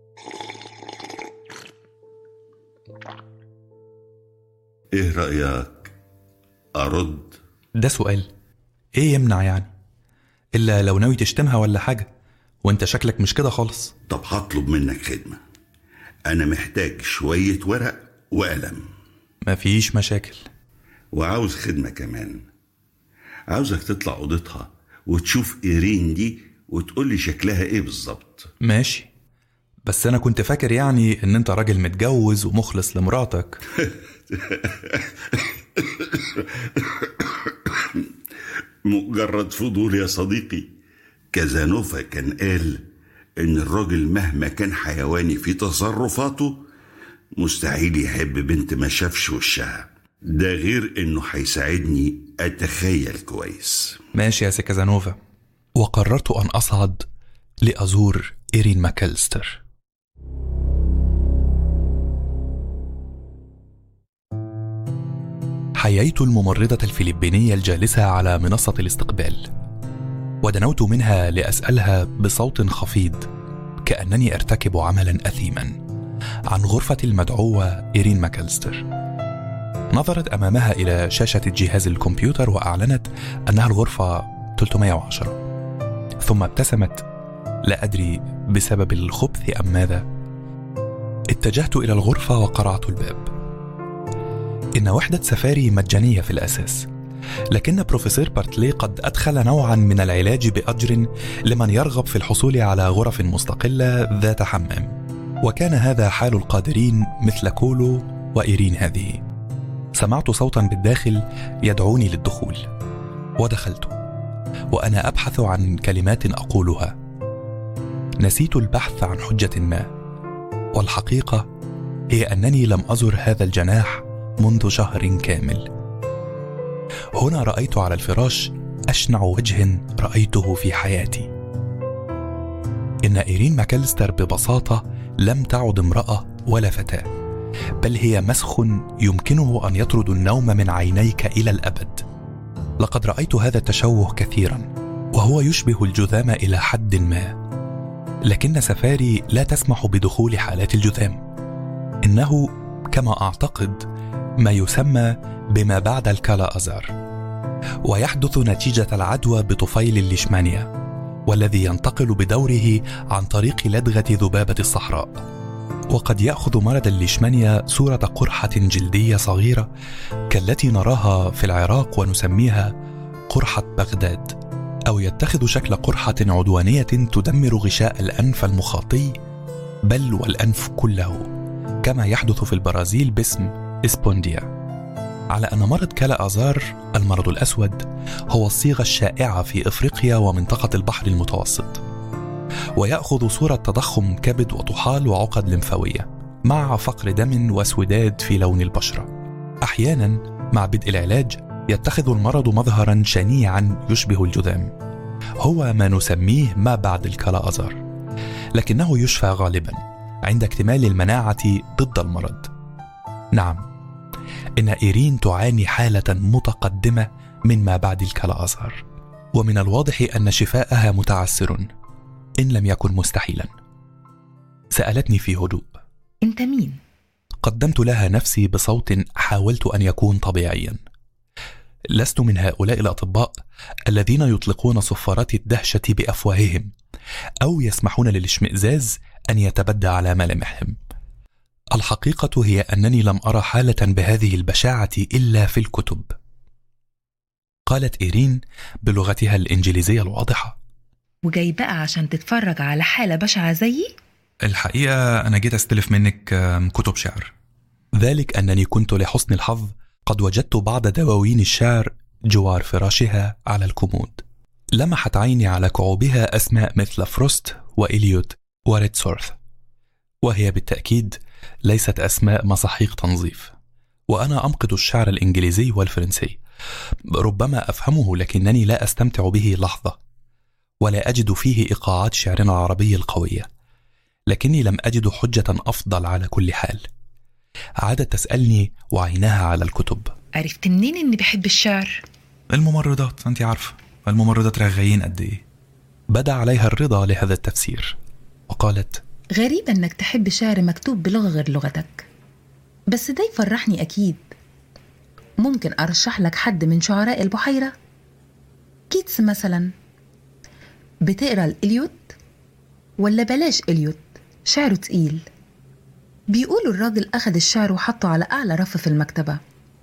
ايه رأيك؟ أرد؟ ده سؤال؟ ايه يمنع يعني؟ إلا لو ناوي تشتمها ولا حاجة، وانت شكلك مش كده خالص. طب هطلب منك خدمة، أنا محتاج شوية ورق وقلم. مفيش مشاكل. وعاوز خدمة كمان، عاوزك تطلع أوضتها وتشوف إيرين دي وتقولي شكلها إيه بالظبط. ماشي، بس أنا كنت فاكر يعني إن أنت راجل متجوز ومخلص لمراتك. مجرد فضول يا صديقي. كازانوفا كان قال إن الراجل مهما كان حيواني في تصرفاته مستحيل يحب بنت ما شافش وشها، ده غير إنه هيساعدني أتخيل كويس. ماشي يا سي كازانوفا. وقررت أن أصعد لأزور إيرين ماكاليستر. حييت الممرضة الفلبينية الجالسة على منصة الاستقبال، ودنوت منها لأسألها بصوت خفيض كأنني أرتكب عملا أثيما عن غرفة المدعوة إيرين ماكاليستر. نظرت أمامها إلى شاشة جهاز الكمبيوتر وأعلنت أنها الغرفة 310، ثم ابتسمت، لا أدري بسبب الخبث أم ماذا. اتجهت إلى الغرفة وقرعت الباب. إن وحدة سفاري مجانية في الأساس، لكن بروفيسور بارتلي قد أدخل نوعا من العلاج بأجر لمن يرغب في الحصول على غرف مستقلة ذات حمام، وكان هذا حال القادرين مثل كولو وإيرين هذه. سمعت صوتا بالداخل يدعوني للدخول، ودخلت وأنا أبحث عن كلمات أقولها. نسيت البحث عن حجة ما، والحقيقة هي أنني لم أزر هذا الجناح منذ شهر كامل. هنا رأيت على الفراش أشنع وجه رأيته في حياتي. إن إيرين ماكاليستر ببساطة لم تعد امرأة ولا فتاة، بل هي مسخ يمكنه أن يطرد النوم من عينيك إلى الأبد. لقد رأيت هذا التشوه كثيرا، وهو يشبه الجذام إلى حد ما، لكن سفاري لا تسمح بدخول حالات الجذام. إنه كما أعتقد ما يسمى بما بعد الكالا أزار، ويحدث نتيجة العدوى بطفيل الليشمانيا، والذي ينتقل بدوره عن طريق لدغة ذبابة الصحراء. وقد يأخذ مرض الليشمانيا صورة قرحة جلدية صغيرة كالتي نراها في العراق ونسميها قرحة بغداد، أو يتخذ شكل قرحة عدوانية تدمر غشاء الأنف المخاطي بل والأنف كله، كما يحدث في البرازيل باسم إسبونديا. على أن مرض كالا أزار المرض الأسود هو الصيغة الشائعة في إفريقيا ومنطقة البحر المتوسط، ويأخذ صورة تضخم كبد وطحال وعقد لمفاوية. مع فقر دم واسوداد في لون البشرة. أحيانا مع بدء العلاج يتخذ المرض مظهرا شنيعا يشبه الجذام، هو ما نسميه ما بعد الكلا أزار، لكنه يشفى غالبا عند اكتمال المناعة ضد المرض. نعم، إن إيرين تعاني حالة متقدمة من ما بعد الكلا أزار، ومن الواضح أن شفاءها متعسر إن لم يكن مستحيلا. سألتني في هدوء: أنت مين؟ قدمت لها نفسي بصوت حاولت أن يكون طبيعيا. لست من هؤلاء الأطباء الذين يطلقون صفارات الدهشة بأفواههم أو يسمحون للاشمئزاز أن يتبدى على ملامحهم. الحقيقة هي أنني لم أرى حالة بهذه البشاعة إلا في الكتب. قالت إيرين بلغتها الإنجليزية الواضحة: وجاي بقى عشان تتفرج على حالة بشعة زيي؟ الحقيقة أنا جيت أستلف منك كتب شعر. ذلك أنني كنت لحسن الحظ قد وجدت بعض دواوين الشعر جوار فراشها على الكومود. لمحت عيني على كعوبها أسماء مثل فروست وإليوت وريدسورث، وهي بالتأكيد ليست أسماء مصاحيق تنظيف. وأنا أمقت الشعر الإنجليزي والفرنسي، ربما أفهمه لكنني لا أستمتع به لحظة، ولا أجد فيه إيقاعات شعرنا العربي القوية، لكني لم أجد حجة أفضل على كل حال. عادت تسألني وعيناها على الكتب: عرفت منين إني بحب الشعر؟ الممرضات، أنت عارفة الممرضات رغايين قد إيه. بدأ عليها الرضا لهذا التفسير وقالت: غريب إنك تحب شعر مكتوب بلغة غير لغتك، بس ده يفرحني أكيد. ممكن أرشح لك حد من شعراء البحيرة؟ كيتس مثلا. بتقرأ الإليوت ولا بلاش إليوت؟ شعره تقيل. بيقولوا الراجل أخذ الشعر وحطه على أعلى رف في المكتبة.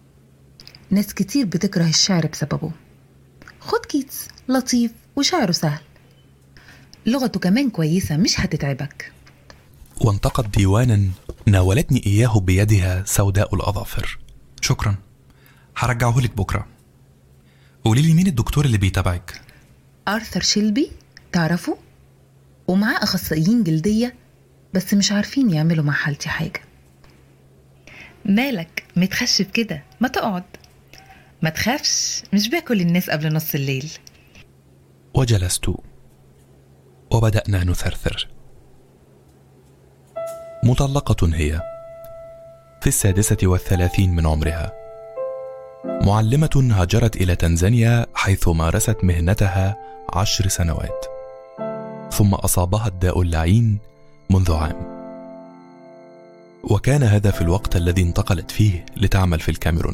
ناس كتير بتكره الشعر بسببه. خد كيتس، لطيف وشعره سهل، لغته كمان كويسة مش هتتعبك. وانتقت ديوانا ناولتني إياه بيدها سوداء الأظافر. شكرا، هرجعه لك بكرة. قولي لي مين الدكتور اللي بيتابعك؟ آرثر شيلبي، تعرفه؟ ومعاه أخصائيين جلدية بس مش عارفين يعملوا مع حالتي حاجة. مالك متخشب كده؟ ما تقعد. ما تخافش، مش باكل الناس قبل نص الليل. وجلست وبدأنا نثرثر. مطلقة هي، في 36 من عمرها، معلمة هاجرت إلى تنزانيا حيث مارست مهنتها 10 سنوات، ثم أصابها الداء اللعين منذ عام، وكان هذا في الوقت الذي انتقلت فيه لتعمل في الكاميرون.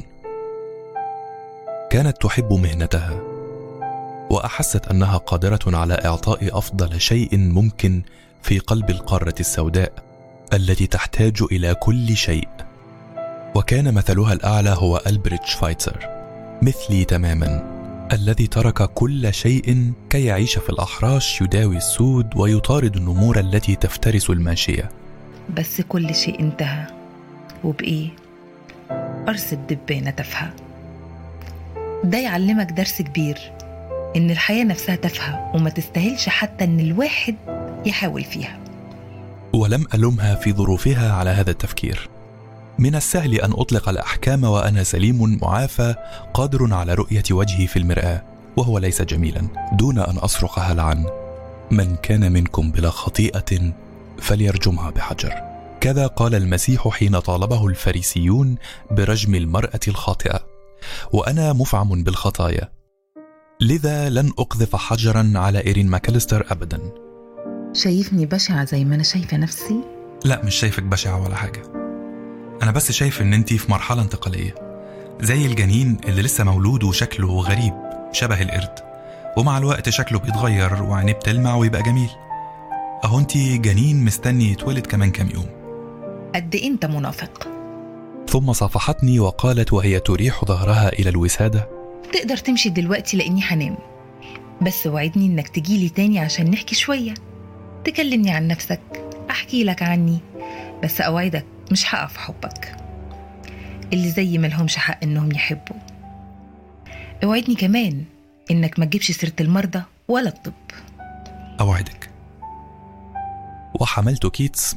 كانت تحب مهنتها، وأحست أنها قادرة على إعطاء أفضل شيء ممكن في قلب القارة السوداء التي تحتاج إلى كل شيء. وكان مثلها الأعلى هو ألبريت شفايتزر، مثلي تماما، الذي ترك كل شيء كي يعيش في الأحراش، يداوي السود ويطارد النمور التي تفترس الماشية. بس كل شيء انتهى، وبإيه؟ قرص الدبانة تافهة. ده يعلمك درس كبير، إن الحياة نفسها تافهة وما تستاهلش حتى إن الواحد يحاول فيها. ولم ألومها في ظروفها على هذا التفكير. من السهل أن أطلق الأحكام وأنا سليم معافى قادر على رؤية وجهي في المرآة وهو ليس جميلا، دون أن أصرخ هلعا: من كان منكم بلا خطيئة فليرجمها بحجر. كذا قال المسيح حين طالبه الفريسيون برجم المرأة الخاطئة، وأنا مفعم بالخطايا، لذا لن أقذف حجرا على إيرين ماكاليستر أبدا. شايفني بشعة زي ما أنا شايفة نفسي؟ لا، مش شايفك بشعة ولا حاجة. أنا بس شايف إن أنتي في مرحلة انتقالية، زي الجنين اللي لسه مولود وشكله غريب شبه القرد، ومع الوقت شكله بيتغير وعينيه بتلمع ويبقى جميل. أهو أنتي جنين مستني يتولد كمان كام يوم. قد إيه أنت منافق. ثم صافحتني وقالت وهي تريح ظهرها إلى الوسادة: تقدر تمشي دلوقتي لأني هنام، بس وعدني إنك تجيلي تاني عشان نحكي شوية، تكلمني عن نفسك، أحكي لك عني، بس أوعدك مش هقف حبك. اللي زي ملهمش حق إنهم يحبوا. اوعدني كمان إنك ما تجيبش سيرة المرضى ولا الطب. أوعدك. وحملت كيتس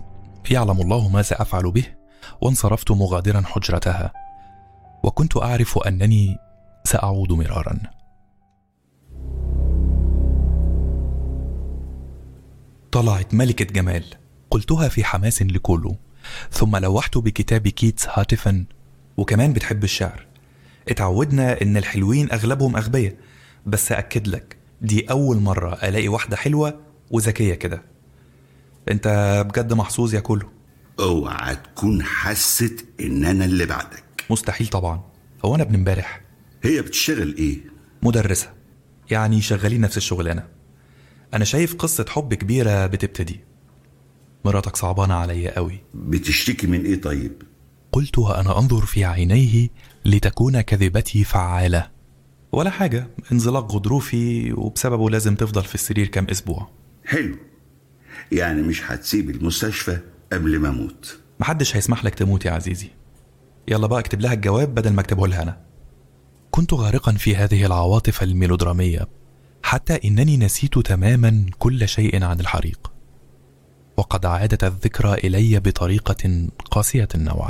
يعلم الله ما سأفعل به، وانصرفت مغادرا حجرتها، وكنت أعرف أنني سأعود مرارا. طلعت ملكة جمال، قلتها في حماس لكولو، ثم لوحت بكتاب كيتس هاتفا. وكمان بتحب الشعر. اتعودنا ان الحلوين اغلبهم اغبياء، بس أكد لك دي أول مرة ألاقي واحدة حلوة وذكية كده. انت بجد محظوظ يا كولو. اوعى تكون حست ان انا اللي بعدك. مستحيل طبعا، هو انا ابن امبارح. هي بتشتغل ايه؟ مدرسة، يعني شغالين نفس الشغلانة. انا شايف قصة حب كبيرة بتبتدي. مراتك صعبانة عليا قوي. بتشتكي من ايه طيب؟ قلت وأنا أنظر في عينيه لتكون كذبتي فعالة. ولا حاجة، انزلاق غضروفي وبسببه لازم تفضل في السرير كام أسبوع. حلو، يعني مش هتسيب المستشفى قبل ما اموت؟ محدش هيسمح لك تموت يا عزيزي. يلا بقى اكتب لها الجواب بدل ما اكتبه لها أنا. كنت غارقا في هذه العواطف الميلودرامية حتى إنني نسيت تماما كل شيء عن الحريق، وقد عادت الذكرى إلي بطريقة قاسية نوعا.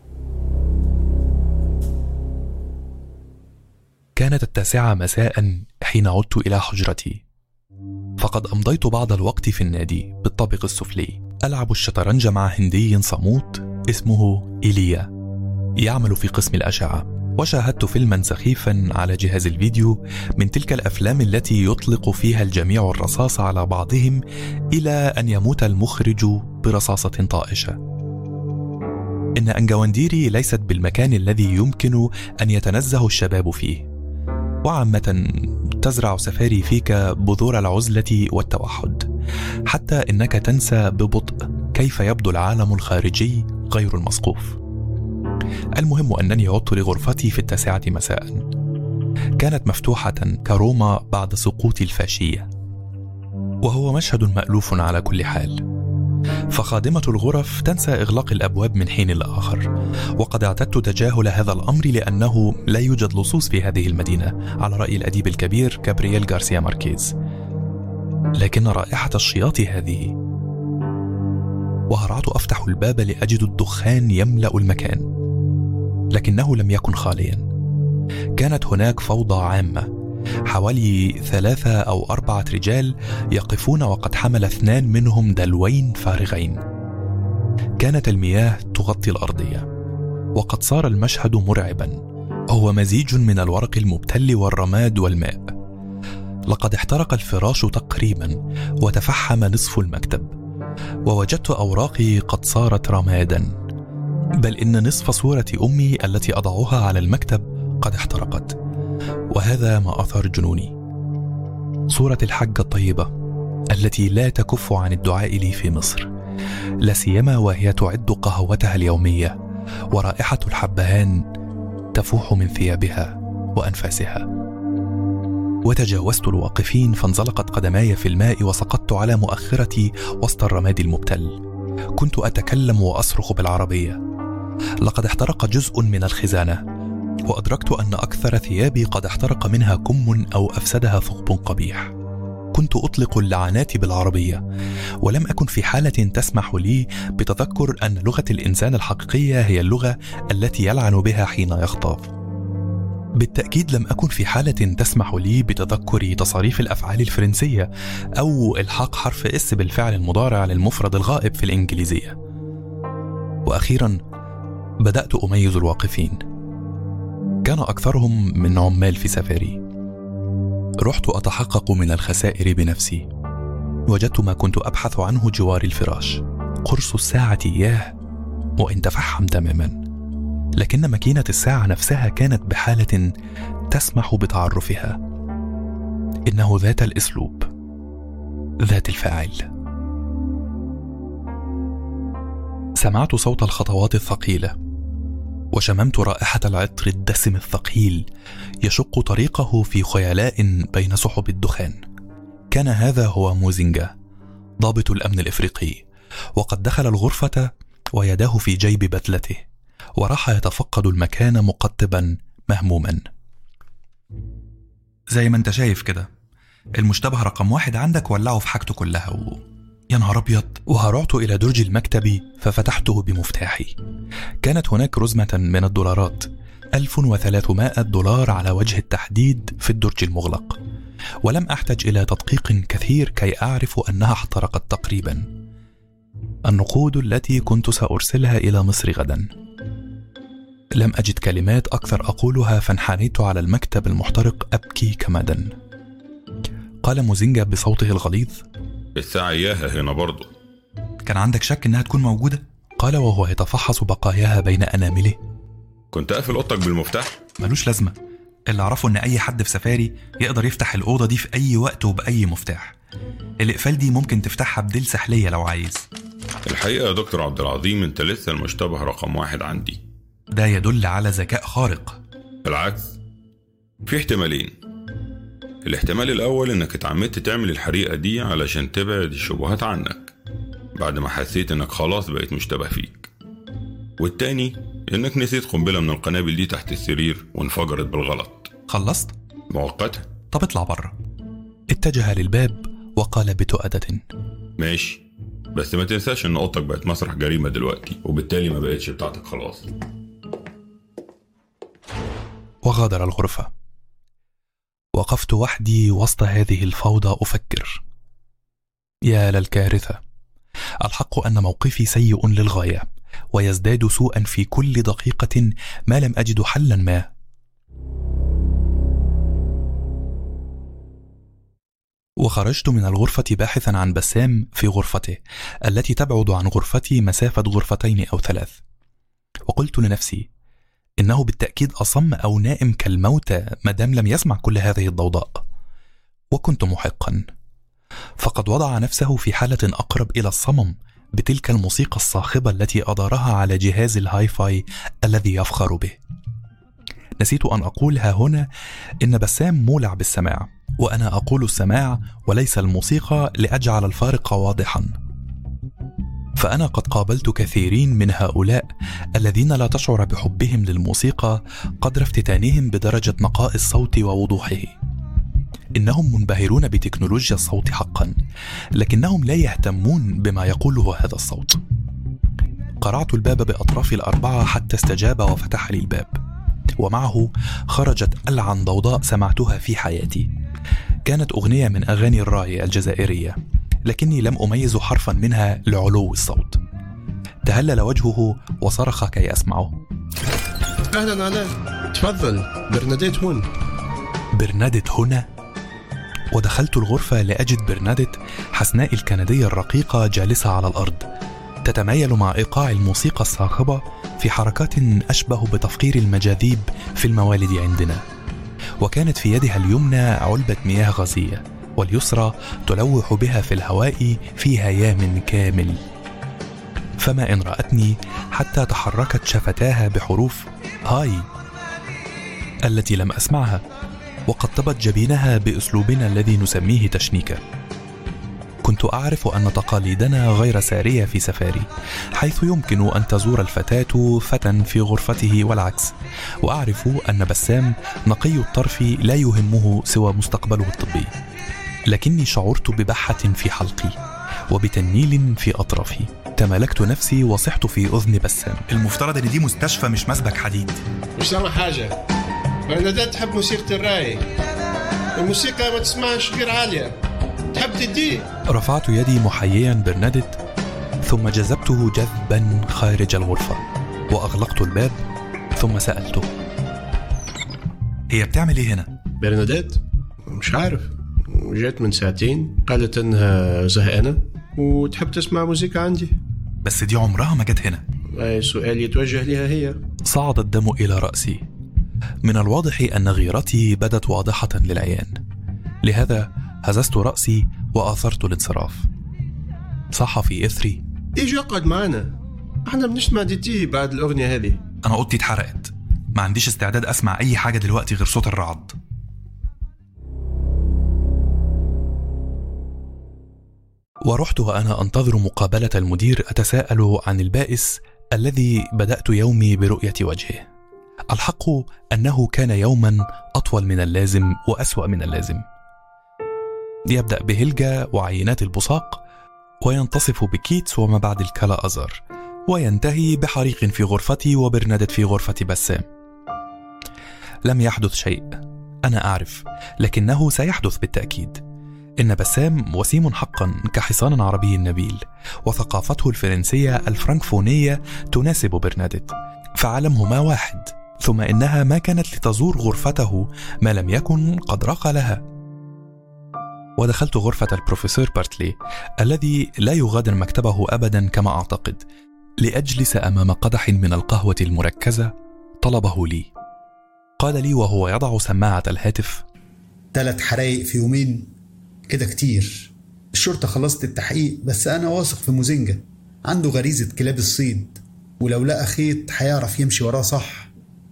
كانت 9 مساء حين عدت إلى حجرتي، فقد أمضيت بعض الوقت في النادي بالطابق السفلي ألعب الشطرنج مع هندي صموت اسمه إيليا يعمل في قسم الأشعة، وشاهدت فيلما سخيفا على جهاز الفيديو من تلك الأفلام التي يطلق فيها الجميع الرصاص على بعضهم إلى أن يموت المخرج برصاصة طائشة. إن أنجوانديري ليست بالمكان الذي يمكن أن يتنزه الشباب فيه، وعامة تزرع سفاري فيك بذور العزلة والتوحد، حتى إنك تنسى ببطء كيف يبدو العالم الخارجي غير المسقوف. المهم أنني عدت لغرفتي في 9 مساء. كانت مفتوحة كروما بعد سقوط الفاشية، وهو مشهد مألوف على كل حال. فخادمة الغرف تنسى إغلاق الأبواب من حين لآخر، وقد اعتدت تجاهل هذا الأمر لأنه لا يوجد لصوص في هذه المدينة على رأي الأديب الكبير جابرييل غارسيا ماركيز. لكن رائحة الشياط هذه، وهرعت أفتح الباب لأجد الدخان يملأ المكان، لكنه لم يكن خاليا. كانت هناك فوضى عامة، حوالي 3 أو 4 رجال يقفون وقد حمل 2 منهم دلوين فارغين. كانت المياه تغطي الأرضية، وقد صار المشهد مرعبا. هو مزيج من الورق المبتل والرماد والماء. لقد احترق الفراش تقريبا وتفحم نصف المكتب، ووجدت أوراقي قد صارت رمادا، بل إن نصف صورة أمي التي أضعها على المكتب قد احترقت، وهذا ما أثار جنوني. صورة الحجة الطيبة التي لا تكف عن الدعاء لي في مصر، لا سيما وهي تعد قهوتها اليومية، ورائحة الحبهان تفوح من ثيابها وأنفاسها. وتجاوزت الواقفين فانزلقت قدماي في الماء وسقطت على مؤخرتي وسط الرماد المبتل. كنت أتكلم وأصرخ بالعربية. لقد احترق جزء من الخزانة، وأدركت أن أكثر ثيابي قد احترق منها كم أو أفسدها ثقب قبيح. كنت أطلق اللعنات بالعربية، ولم أكن في حالة تسمح لي بتذكر أن لغة الإنسان الحقيقية هي اللغة التي يلعن بها حين يخطف. بالتأكيد لم أكن في حالة تسمح لي بتذكر تصاريف الأفعال الفرنسية أو إلحاق حرف اس بالفعل المضارع للمفرد الغائب في الإنجليزية. وأخيرا بدأت أميز الواقفين. كان أكثرهم من عمال في سفاري. رحت أتحقق من الخسائر بنفسي. وجدت ما كنت أبحث عنه جوار الفراش، قرص الساعة إياه، وإن تفحم تماما. لكن ماكينة الساعة نفسها كانت بحالة تسمح بتعرفها. إنه ذات الأسلوب، ذات الفاعل. سمعت صوت الخطوات الثقيلة، وشممت رائحة العطر الدسم الثقيل يشق طريقه في خيلاء بين سحب الدخان. كان هذا هو موزينجا، ضابط الأمن الإفريقي، وقد دخل الغرفة ويداه في جيب بدلته، وراح يتفقد المكان مقتبا مهموما. زي ما انت شايف كده، المشتبه رقم 1 عندك ولعه في حاجته كلها يا نهار أبيض! وهرعت إلى درج المكتب ففتحته بمفتاحي. كانت هناك رزمة من الدولارات، 1300 دولار على وجه التحديد في الدرج المغلق، ولم أحتج إلى تدقيق كثير كي أعرف أنها احترقت تقريبا. النقود التي كنت سأرسلها إلى مصر غدا. لم أجد كلمات أكثر أقولها فانحنيت على المكتب المحترق أبكي كمدا. قال موزينجا بصوته الغليظ: الساعة إياها هنا برضو. كان عندك شك إنها تكون موجودة؟ قال وهو يتفحص بقاياها بين أنامله. كنت قافل أوضتك بالمفتاح؟ ملوش لازمة، اللي أعرفه إن أي حد في سفاري يقدر يفتح الأوضة دي في أي وقت وبأي مفتاح. الإقفال دي ممكن تفتحها بديل سحلية لو عايز. الحقيقة يا دكتور عبد العظيم أنت لسه المشتبه رقم 1 عندي. ده يدل على ذكاء خارق. بالعكس، في احتمالين. الاحتمال الأول إنك اتعمدت تعمل الحريقة دي علشان تبعد الشبهات عنك بعد ما حسيت إنك خلاص بقيت مشتبه فيك. والتاني إنك نسيت قنبلة من القنابل دي تحت السرير وانفجرت بالغلط. خلصت؟ مؤقتا. طب اطلع بره. اتجه للباب وقال بتؤدة: ماشي، بس ما تنساش إن أوضتك بقت مسرح جريمة دلوقتي، وبالتالي ما بقتش بتاعتك خلاص. وغادر الغرفة. وقفت وحدي وسط هذه الفوضى أفكر. يا للكارثة! الحق أن موقفي سيء للغاية، ويزداد سوءا في كل دقيقة ما لم أجد حلا ما. وخرجت من الغرفة باحثا عن بسام في غرفته التي تبعد عن غرفتي مسافة غرفتين أو 3، وقلت لنفسي إنه بالتأكيد أصم أو نائم كالموتى مادام لم يسمع كل هذه الضوضاء. وكنت محقا، فقد وضع نفسه في حالة أقرب إلى الصمم بتلك الموسيقى الصاخبة التي أدارها على جهاز الهاي فاي الذي يفخر به. نسيت أن أقول ها هنا إن بسام مولع بالسماع، وأنا أقول السماع وليس الموسيقى لأجعل الفارق واضحا. فأنا قد قابلت كثيرين من هؤلاء الذين لا تشعر بحبهم للموسيقى قدر افتتانهم بدرجة نقاء الصوت ووضوحه. إنهم منبهرون بتكنولوجيا الصوت حقا، لكنهم لا يهتمون بما يقوله هذا الصوت. قرعت الباب بأطراف الأربعة حتى استجاب وفتح لي الباب، ومعه خرجت ألعن ضوضاء سمعتها في حياتي. كانت أغنية من أغاني الراي الجزائرية، لكني لم أميز حرفا منها لعلو الصوت. تهلل وجهه وصرخ كي أسمعه: أهلا أهلا، تفضل، برناديت هون. برناديت هنا؟ ودخلت الغرفة لأجد برناديت حسناء الكندية الرقيقة جالسة على الأرض، تتمايل مع إيقاع الموسيقى الصاخبة في حركات أشبه بتفقير المجاذيب في الموالد عندنا. وكانت في يدها اليمنى علبة مياه غازية، واليسرى تلوح بها في الهواء في هيام كامل. فما إن رأتني حتى تحركت شفتاها بحروف هاي التي لم أسمعها، وقطبت جبينها بأسلوبنا الذي نسميه تشنيكا. كنت أعرف أن تقاليدنا غير سارية في سفاري، حيث يمكن أن تزور الفتاة فتى في غرفته والعكس، وأعرف أن بسام نقي الطرف لا يهمه سوى مستقبله الطبي. لكني شعرت ببحة في حلقي وبتنميل في أطرافي. تمالكت نفسي وصحت في أذن بسام: المفترض أن دي مستشفى مش مسبك حديد. مش سامع حاجة. برناديت تحب موسيقى الراي، الموسيقى ما تسمعش غير عالية، تحب تدي. رفعت يدي محييا برناديت، ثم جذبته جذبا خارج الغرفة، وأغلقت الباب. ثم سألته: هي بتعمل ايه هنا؟ برناديت مش عارف، جات من ساعتين، قالت انها زهقانة وتحب تسمع موسيقى عندي. بس دي عمرها ما جت هنا. أي سؤال يتوجه لها هي. صعد الدم إلى رأسي. من الواضح أن غيرتي بدت واضحة للعيان، لهذا هززت رأسي وآثرت الانصراف. صح في إثري: إيجي اقعد معنا، احنا بنسمع دي بعد الأغنية هذه. أنا أوضتي اتحرقت، ما عنديش استعداد أسمع أي حاجة دلوقتي غير صوت الرعد. ورحت وأنا أنتظر مقابلة المدير أتساءل عن البائس الذي بدأت يومي برؤية وجهه. الحق أنه كان يوما أطول من اللازم وأسوأ من اللازم. يبدأ بهلجة وعينات البصاق، وينتصف بكيتس وما بعد الكلا أزر، وينتهي بحريق في غرفتي وبرنادت في غرفة بسام. لم يحدث شيء، أنا أعرف، لكنه سيحدث بالتأكيد. إن بسام وسيم حقا كحصان عربي نبيل، وثقافته الفرنسية الفرنكفونية تناسب برنادت، فعالمهما واحد. ثم إنها ما كانت لتزور غرفته ما لم يكن قد رقى لها. ودخلت غرفة البروفيسور بارتلي الذي لا يغادر مكتبه أبدا كما أعتقد، لأجلس أمام قدح من القهوة المركزة طلبه لي. قال لي وهو يضع سماعة الهاتف: 3 حرايق في يومين كده كتير. الشرطة خلصت التحقيق، بس أنا واثق في موزينجا، عنده غريزة كلاب الصيد، ولو لقى خيط هيعرف يمشي وراه صح.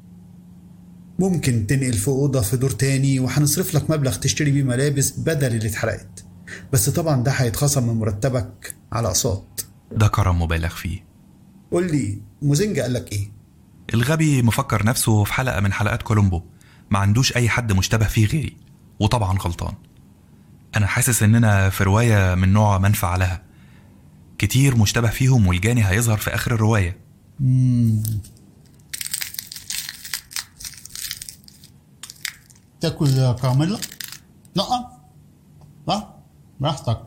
ممكن تنقل في أوضة في دور تاني، وهنصرف لك مبلغ تشتري بيه ملابس بدل اللي اتحرقت، بس طبعا ده هيتخصم من مرتبك على أقساط. ده كرم مبالغ فيه. قول لي موزينجا قالك إيه؟ الغبي مفكر نفسه في حلقة من حلقات كولومبو، ما عندوش أي حد مشتبه فيه غيري، وطبعا غلطان. أنا حاسس إننا في رواية من نوع من فعلها، كتير مشتبه فيهم والجاني هيظهر في آخر الرواية. تاكل كاملة؟ لا براحتك،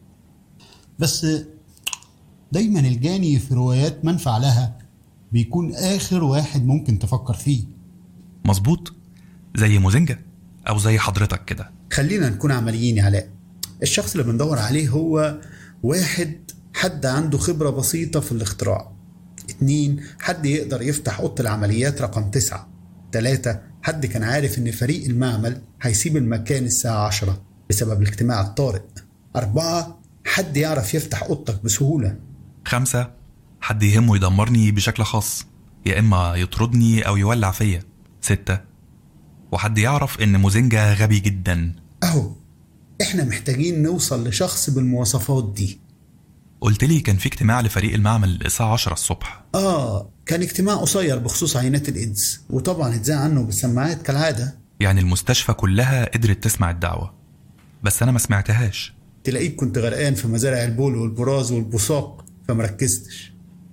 بس دايما الجاني في روايات من فعلها بيكون آخر واحد ممكن تفكر فيه. مظبوط، زي موزينجا أو زي حضرتك كده. خلينا نكون عمليين يا علاء. الشخص اللي بندور عليه هو 1 حد عنده خبرة بسيطة في الاختراع، 2 حد يقدر يفتح أوضة العمليات رقم 9، 3 حد كان عارف إن فريق المعمل هيسيب المكان الساعة 10 بسبب الاجتماع الطارئ، 4 حد يعرف يفتح أوضتك بسهولة، 5 حد يهمه يدمرني بشكل خاص، يا إما يطردني أو يولع فيا، 6 وحد يعرف إن موزينجا غبي جدا. أهو إحنا محتاجين نوصل لشخص بالمواصفات دي. قلت لي كان في اجتماع لفريق المعمل الساعة 10 الصبح. كان اجتماع قصير بخصوص عينات الإيدز، وطبعا اتذاع عنه بالسماعات كالعادة. يعني المستشفى كلها قدرت تسمع الدعوة، بس أنا ما سمعتهاش. تلاقيك كنت غرقان في مزارع البول والبراز والبصاق فمركزتش.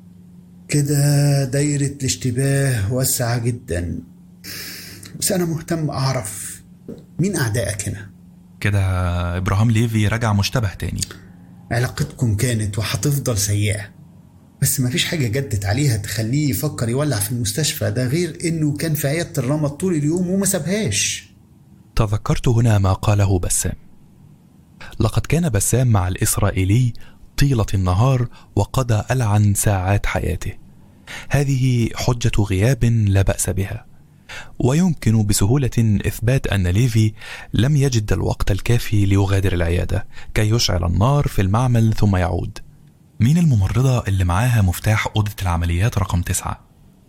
كده دايرة الاشتباه واسعة جدا، بس أنا مهتم أعرف مين أعدائك هنا. كده إبراهام ليفي رجع مشتبه تاني. علاقتكم كانت وهتفضل سيئة، بس مفيش حاجة جدت عليها تخليه يفكر يولع في المستشفى ده، غير إنه كان في عيادة الرمد طول اليوم وما سابهاش. تذكرت هنا ما قاله بسام. لقد كان بسام مع الإسرائيلي طيلة النهار وقضى ألعن ساعات حياته. هذه حجة غياب لا بأس بها، ويمكن بسهولة إثبات أن ليفي لم يجد الوقت الكافي ليغادر العيادة كي يشعل النار في المعمل ثم يعود. مين الممرضة اللي معاها مفتاح أوضة العمليات رقم 9؟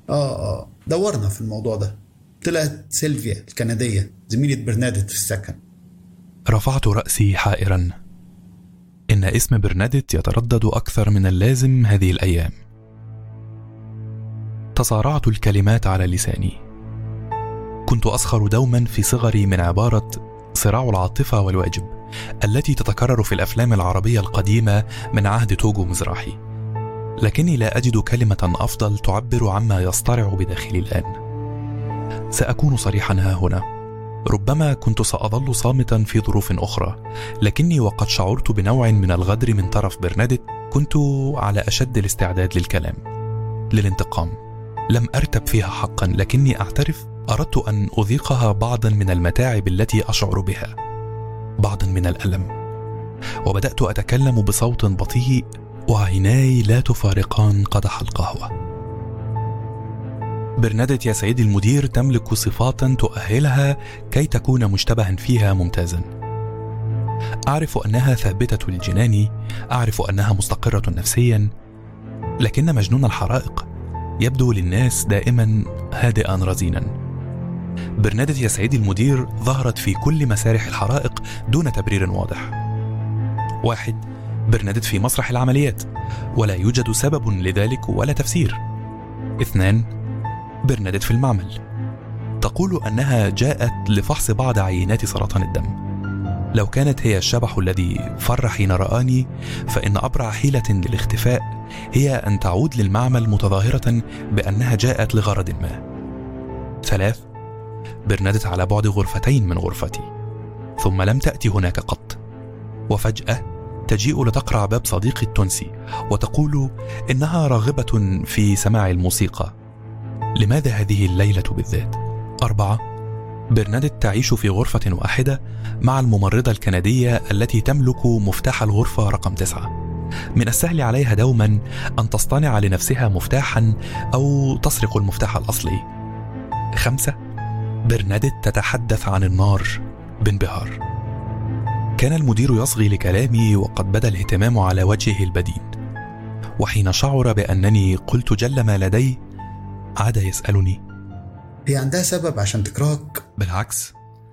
دورنا في الموضوع ده، طلعت سيلفيا الكندية زميلة برنادت في السكن. رفعت رأسي حائرا. إن اسم برنادت يتردد أكثر من اللازم هذه الأيام. تصارعت الكلمات على لساني. كنت أسخر دوما في صغري من عبارة صراع العاطفة والواجب التي تتكرر في الأفلام العربية القديمة من عهد توجو مزراحي، لكني لا أجد كلمة أفضل تعبر عما يصطرع بداخلي الآن. سأكون صريحا ها هنا، ربما كنت سأظل صامتا في ظروف أخرى، لكني وقد شعرت بنوع من الغدر من طرف برنادت كنت على أشد الاستعداد للكلام، للانتقام. لم أرتب فيها حقا، لكني أعترف أردت أن أذيقها بعضا من المتاعب التي أشعر بها، بعضا من الألم. وبدأت أتكلم بصوت بطيء وعيناي لا تفارقان قدح القهوة. برنادت يا سيدي المدير تملك صفات تؤهلها كي تكون مشتبها فيها ممتازا. أعرف أنها ثابتة الجنان، أعرف أنها مستقرة نفسيا، لكن مجنون الحرائق يبدو للناس دائما هادئا رزينا. برنادت يا سيدي المدير ظهرت في كل مسارح الحرائق دون تبرير واضح. 1. برنادت في مسرح العمليات ولا يوجد سبب لذلك ولا تفسير. 2. برنادت في المعمل تقول أنها جاءت لفحص بعض عينات سرطان الدم. لو كانت هي الشبح الذي فر حين رآني، فإن أبرع حيلة للاختفاء هي أن تعود للمعمل متظاهرة بأنها جاءت لغرض ما. 3. برنادت على بعد غرفتين من غرفتي، ثم لم تأتي هناك قط، وفجأة تجيء لتقرع باب صديقي التونسي وتقول إنها راغبة في سماع الموسيقى. لماذا هذه الليلة بالذات؟ 4. برنادت تعيش في غرفة واحدة مع الممرضة الكندية التي تملك مفتاح الغرفة رقم 9. من السهل عليها دوما أن تصطنع لنفسها مفتاحا أو تسرق المفتاح الأصلي. 5. برنادت تتحدث عن النار بانبهار. كان المدير يصغي لكلامي وقد بدا الاهتمام على وجهه البدين، وحين شعر بأنني قلت جل ما لدي عاد يسألني: هي عندها سبب عشان تكرهك؟ بالعكس،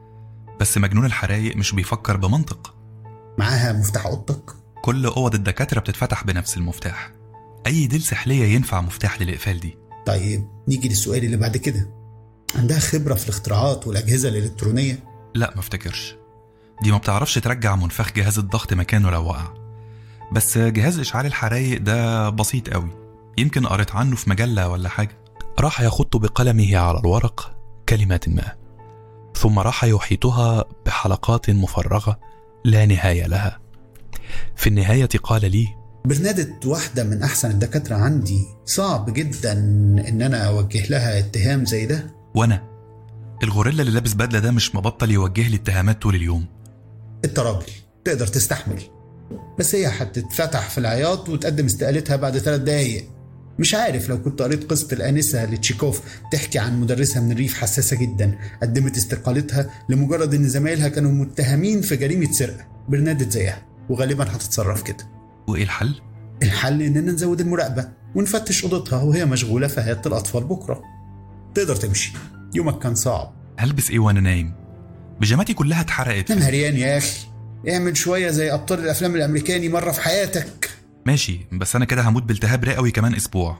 بس مجنون الحرايق مش بيفكر بمنطق. معاها مفتاح اوضتك؟ كل اوض الدكاترة بتتفتح بنفس المفتاح. اي ديل سحلية ينفع مفتاح للإقفال دي. طيب نيجي للسؤال اللي بعد كده، عندها خبرة في الاختراعات والأجهزة الإلكترونية؟ لا، ما افتكرش. دي ما بتعرفش ترجع منفخ جهاز الضغط مكانه لو وقع، بس جهاز إشعال الحرايق ده بسيط قوي، يمكن قريت عنه في مجلة ولا حاجة. راح يخط بقلمه على الورق كلمات ما، ثم راح يحيطها بحلقات مفرغة لا نهاية لها. في النهاية قال لي: برنادت واحدة من أحسن الدكاترة عندي، صعب جدا إن أنا أوجه لها اتهام زي ده. وأنا الغوريلا اللي لابس بدلة ده مش مبطل يوجه لي اتهامات طول اليوم. انت راجل تقدر تستحمل، بس هي هتتفتح في العياط وتقدم استقالتها بعد 3 دقايق. مش عارف لو كنت قريت قصة الآنسة لتشيكوف تحكي عن مدرسة من الريف حساسة جدا قدمت استقالتها لمجرد ان زمايلها كانوا متهمين في جريمة سرقة. برنادت زيها وغالبا هتتصرف كده. وايه الحل؟ الحل اننا نزود المراقبة ونفتش اوضتها وهي مشغولة في عيادة الأطفال بكرة. تقدر تمشي، يومك كان صعب. هلبس ايه وانا نايم؟ بيجاماتي كلها اتحرقت. انا هريان يا اخي، اعمل شوية زي أبطال الأفلام الأمريكاني مرة في حياتك. ماشي، بس أنا كده هموت بالتهاب رئوي كمان أسبوع.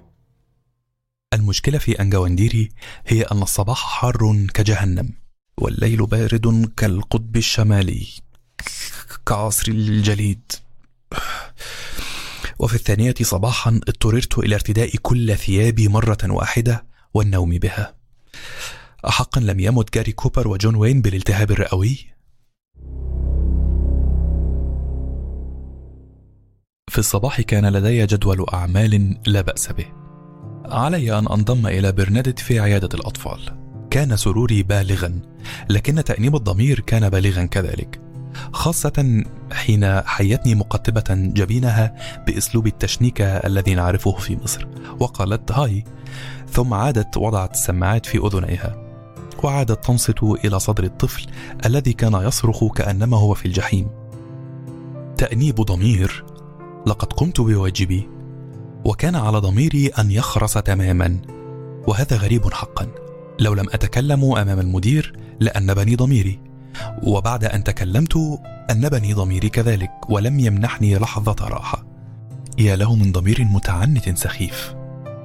المشكلة في أنجوانديري هي أن الصباح حار كجهنم، والليل بارد كالقطب الشمالي كعصر الجليد. وفي 2 صباحا اضطررت إلى ارتداء كل ثيابي مرة واحدة والنوم بها. أحقا لم يمت جاري كوبر وجون وين بالالتهاب الرئوي؟ في الصباح كان لدي جدول أعمال لا بأس به. علي أن أنضم إلى برنادت في عيادة الأطفال. كان سروري بالغا، لكن تأنيب الضمير كان بالغا كذلك، خاصة حين حيتني مقتبة جبينها بأسلوب التشنيكة الذي نعرفه في مصر، وقالت هاي، ثم عادت وضعت السماعات في أذنيها وعادت تنصت إلى صدر الطفل الذي كان يصرخ كأنما هو في الجحيم. تأنيب ضمير؟ لقد قمت بواجبي، وكان على ضميري أن يخرس تماما، وهذا غريب حقا. لو لم أتكلم أمام المدير لأنبني ضميري، وبعد أن تكلمت أنبني ضميري كذلك، ولم يمنحني لحظة راحة. يا له من ضمير متعنت سخيف،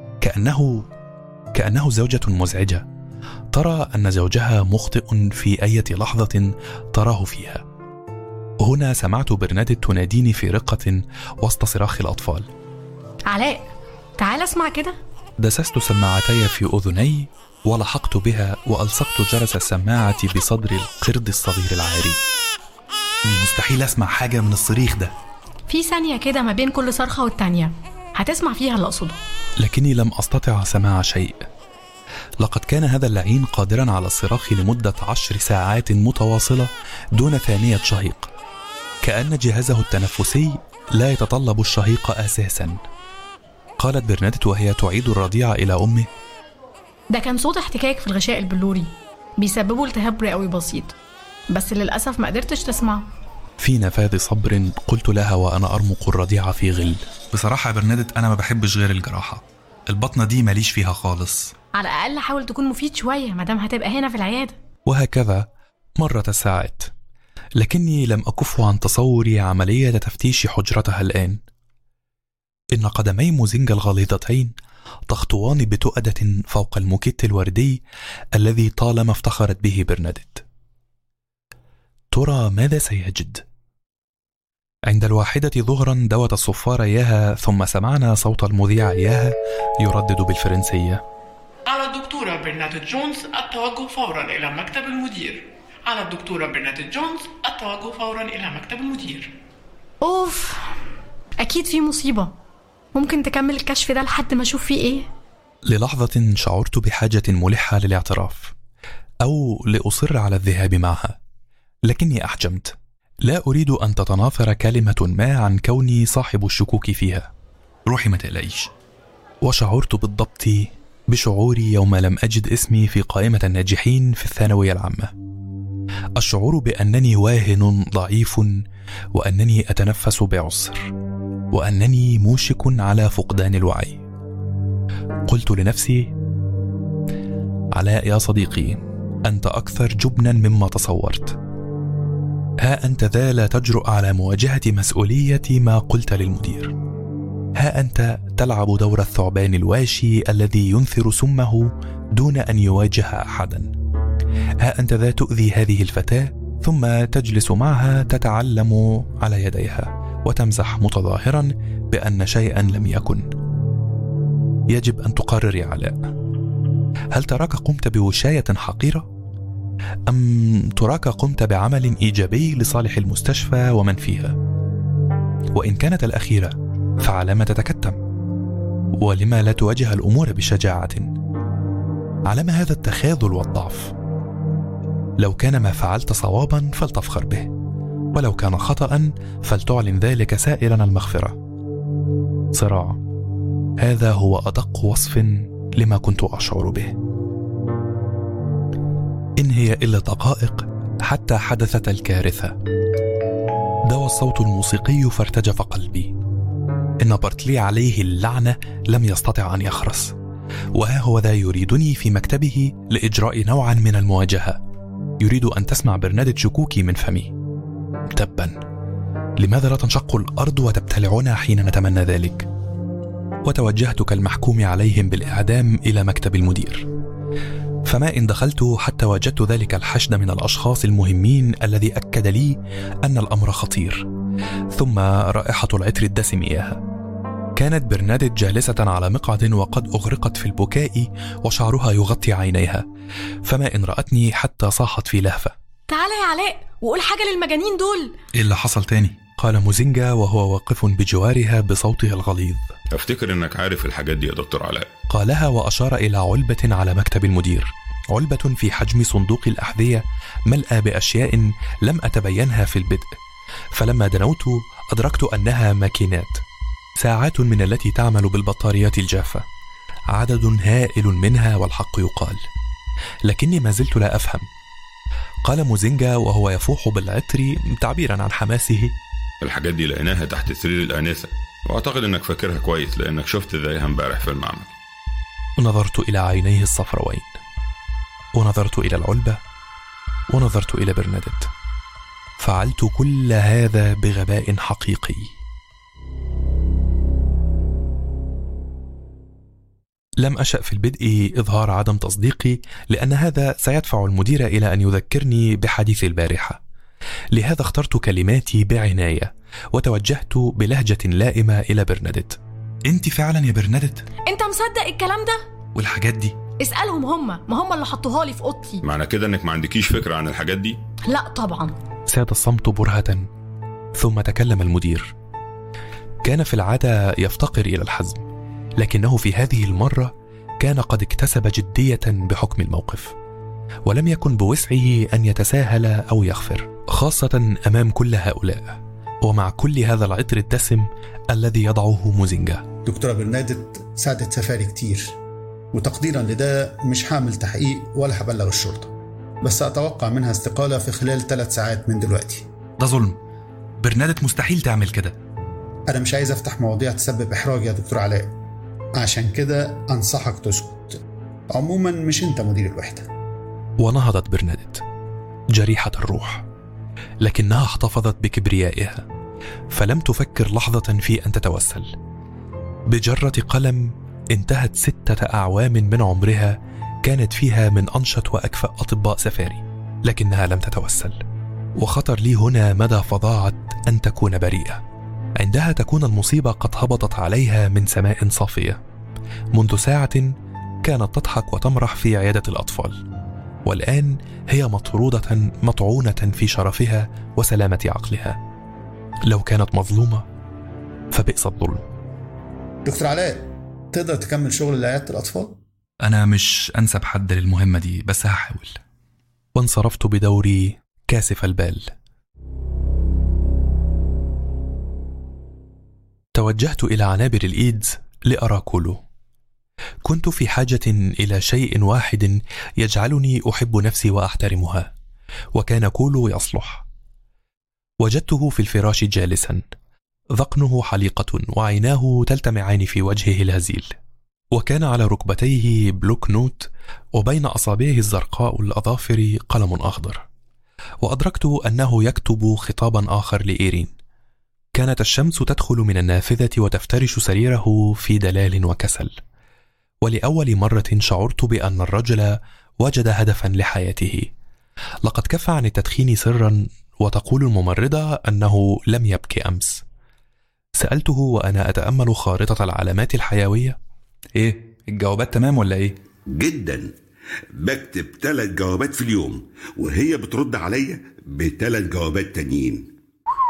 كأنه زوجة مزعجة ترى أن زوجها مخطئ في أي لحظة تراه فيها. هنا سمعت برنادت تناديني في رقة وسط صراخ الأطفال: علاء، تعال اسمع كده. دسست سماعتي في أذني ولحقت بها وألصقت جرس السماعة بصدر القرد الصغير العاري. مستحيل أسمع حاجة من الصريخ ده. في ثانية كده ما بين كل صرخة والتانية هتسمع فيها اللي أقصده. لكني لم أستطع سماع شيء. لقد كان هذا اللعين قادرا على الصراخ لمدة 10 ساعات متواصلة دون ثانية شهيق، كأن جهازه التنفسي لا يتطلب الشهيق أساسا. قالت برنادت وهي تعيد الرضيع إلى أمه: ده كان صوت احتكاك في الغشاء البلوري بيسببوا التهاب رئوي بسيط، بس للأسف ما قدرتش تسمع. في نفاذ صبر قلت لها وأنا أرمق الرضيع في غل: بصراحة يا برنادت أنا ما بحبش غير الجراحة، البطنة دي ماليش فيها خالص. على الأقل حاول تكون مفيد شوية مادام هتبقى هنا في العيادة. وهكذا مرت الساعات، لكني لم أكف عن تصوري عملية تفتيش حجرتها الآن. إن قدمي موزينجا الغليظتين تخطوان بتؤدة فوق الموكيت الوردي الذي طالما افتخرت به برنادت. ترى ماذا سيجد؟ عند 1 ظهرا دوت الصفارة إياها، ثم سمعنا صوت المذيع إياها يردد بالفرنسية: على الدكتورة برناديت جونز التوجه فورا إلى مكتب المدير. على الدكتورة برناديت جونز التوجه فورا إلى مكتب المدير. أوف، أكيد في مصيبة. ممكن تكمل الكشف ده لحد ما أشوف فيه إيه؟ للحظة شعرت بحاجة ملحة للاعتراف أو لأصر على الذهاب معها، لكني أحجمت. لا أريد أن تتناثر كلمة ما عن كوني صاحب الشكوك فيها. روحي ما تقلقيش. وشعرت بالضبط بشعوري يوم لم أجد اسمي في قائمة الناجحين في الثانوية العامة. الشعور بأنني واهن ضعيف، وأنني أتنفس بعسر، وأنني موشك على فقدان الوعي. قلت لنفسي: علاء يا صديقي، أنت أكثر جبنا مما تصورت. ها أنت ذا لا تجرؤ على مواجهة مسؤولية ما قلت للمدير. ها أنت تلعب دور الثعبان الواشي الذي ينثر سمه دون أن يواجه أحدا. ها أنت ذا تؤذي هذه الفتاة ثم تجلس معها تتعلم على يديها وتمزح متظاهرا بأن شيئا لم يكن. يجب أن تقرر يا علاء، هل تراك قمت بوشاية حقيرة؟ أم تراك قمت بعمل إيجابي لصالح المستشفى ومن فيها؟ وإن كانت الأخيرة فعلى ما تتكتم؟ ولما لا تواجه الأمور بشجاعة؟ على ما هذا التخاذل والضعف؟ لو كان ما فعلت صوابا فلتفخر به، ولو كان خطأ فلتعلن ذلك سائلا المغفرة. صراع، هذا هو أدق وصف لما كنت أشعر به. إن هي إلا دقائق حتى حدثت الكارثة. دوى الصوت الموسيقي فارتجف قلبي. إن بارتلي عليه اللعنة لم يستطع أن يخرس، وها هو ذا يريدني في مكتبه لإجراء نوعا من المواجهة. يريد أن تسمع برناديت شكوكي من فمي. تبا، لماذا لا تنشق الأرض وتبتلعنا حين نتمنى ذلك؟ وتوجهت كالمحكوم عليهم بالإعدام إلى مكتب المدير. فما إن دخلت حتى وجدت ذلك الحشد من الأشخاص المهمين الذي أكد لي أن الأمر خطير. ثم رائحة العطر الدسم إياها. كانت برناديت جالسة على مقعد وقد أغرقت في البكاء وشعرها يغطي عينيها، فما إن رأتني حتى صاحت في لهفة: تعال يا علاء وقول حاجة للمجانين دول. إيه اللي حصل تاني؟ قال موزينجا وهو واقف بجوارها بصوته الغليظ. أفتكر إنك عارف الحاجات دي يا دكتور علاء. قالها وأشار إلى علبة على مكتب المدير، علبة في حجم صندوق الأحذية ملأى بأشياء لم أتبينها في البدء، فلما دنوت أدركت أنها ماكينات، ساعات من التي تعمل بالبطاريات الجافة، عدد هائل منها والحق يقال، لكني ما زلت لا أفهم. قال موزينجا وهو يفوح بالعطر تعبيرا عن حماسه: الحاجات دي لقيناها تحت سرير الآنسة، وأعتقد أنك فاكرها كويس لأنك شفت زيها امبارح في المعمل. نظرت إلى عينيه الصفروين، ونظرت إلى العلبة، ونظرت إلى برناديت. فعلت كل هذا بغباء حقيقي. لم أشأ في البدء إظهار عدم تصديقي، لأن هذا سيدفع المدير إلى أن يذكرني بحديث البارحة. لهذا اخترت كلماتي بعناية وتوجهت بلهجة لائمة إلى برناديت: أنت فعلا يا برناديت؟ أنت مصدق الكلام ده؟ والحاجات دي؟ اسألهم ما هم اللي حطوها لي في أوضتي. معنى كده أنك ما عندكيش فكرة عن الحاجات دي؟ لا طبعا. ساد الصمت برهة، ثم تكلم المدير. كان في العادة يفتقر إلى الحزم، لكنه في هذه المرة كان قد اكتسب جدية بحكم الموقف، ولم يكن بوسعه أن يتساهل أو يغفر، خاصة أمام كل هؤلاء ومع كل هذا العطر الدسم الذي يضعه موزينجا. دكتورة برناديت ساعدت سفاري كتير، وتقديرا لده مش هعمل تحقيق ولا هبلغ الشرطة، بس أتوقع منها استقالة في خلال 3 ساعات من دلوقتي. ده ظلم، برناديت مستحيل تعمل كده. أنا مش عايز أفتح مواضيع تسبب إحراج يا دكتور علاء، عشان كده أنصحك تسكت. عموما مش أنت مدير الوحدة. ونهضت برناديت جريحة الروح، لكنها احتفظت بكبريائها، فلم تفكر لحظة في أن تتوسل. بجرة قلم انتهت 6 أعوام من عمرها كانت فيها من أنشط وأكفأ أطباء سفاري، لكنها لم تتوسل. وخطر لي هنا مدى فظاعة أن تكون بريئة. عندها تكون المصيبة قد هبطت عليها من سماء صافية. منذ ساعة كانت تضحك وتمرح في عيادة الأطفال، والآن هي مطرودة مطعونة في شرفها وسلامة عقلها. لو كانت مظلومة فبئس الظلم. دكتور علاء، تقدر تكمل شغل عيادة الأطفال؟ أنا مش أنسب حد للمهمة دي، بس هحاول. وانصرفت بدوري كاسف البال. توجهت إلى عنابر الإيدز لأرى كولو. كنت في حاجة إلى شيء واحد يجعلني أحب نفسي وأحترمها، وكان كولو يصلح. وجدته في الفراش جالسا، ذقنه حليقة وعيناه تلتمعان في وجهه الهزيل، وكان على ركبتيه بلوك نوت، وبين أصابعه الزرقاء الأظافر قلم أخضر. وأدركت أنه يكتب خطابا آخر لإيرين. كانت الشمس تدخل من النافذة وتفترش سريره في دلال وكسل، ولأول مرة شعرت بأن الرجل وجد هدفا لحياته. لقد كف عن التدخين سرا، وتقول الممرضة أنه لم يبكي أمس. سألته وأنا أتأمل خارطة العلامات الحيوية: إيه، الجوابات تمام ولا إيه؟ جدا، بكتب 3 جوابات في اليوم، وهي بترد عليا ب3 جوابات تانيين.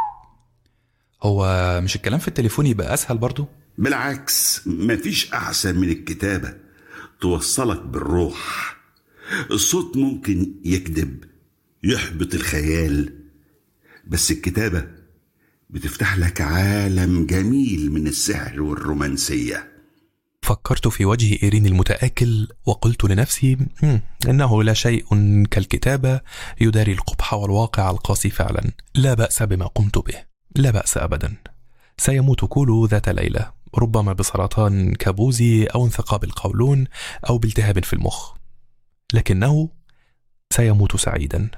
هو مش الكلام في التليفون يبقى أسهل برضو؟ بالعكس، مفيش أحسن من الكتابة، توصلك بالروح. الصوت ممكن يكذب، يحبط الخيال، بس الكتابة بتفتح لك عالم جميل من السحر والرومانسية. فكرت في وجه إيرين المتآكل وقلت لنفسي إنه لا شيء كالكتابة يداري القبح والواقع القاسي فعلا. لا بأس بما قمت به، لا بأس أبدا. سيموت كولو ذات ليلة، ربما بسرطان كابوزي أو انثقاب القولون أو بالتهاب في المخ، لكنه سيموت سعيدا.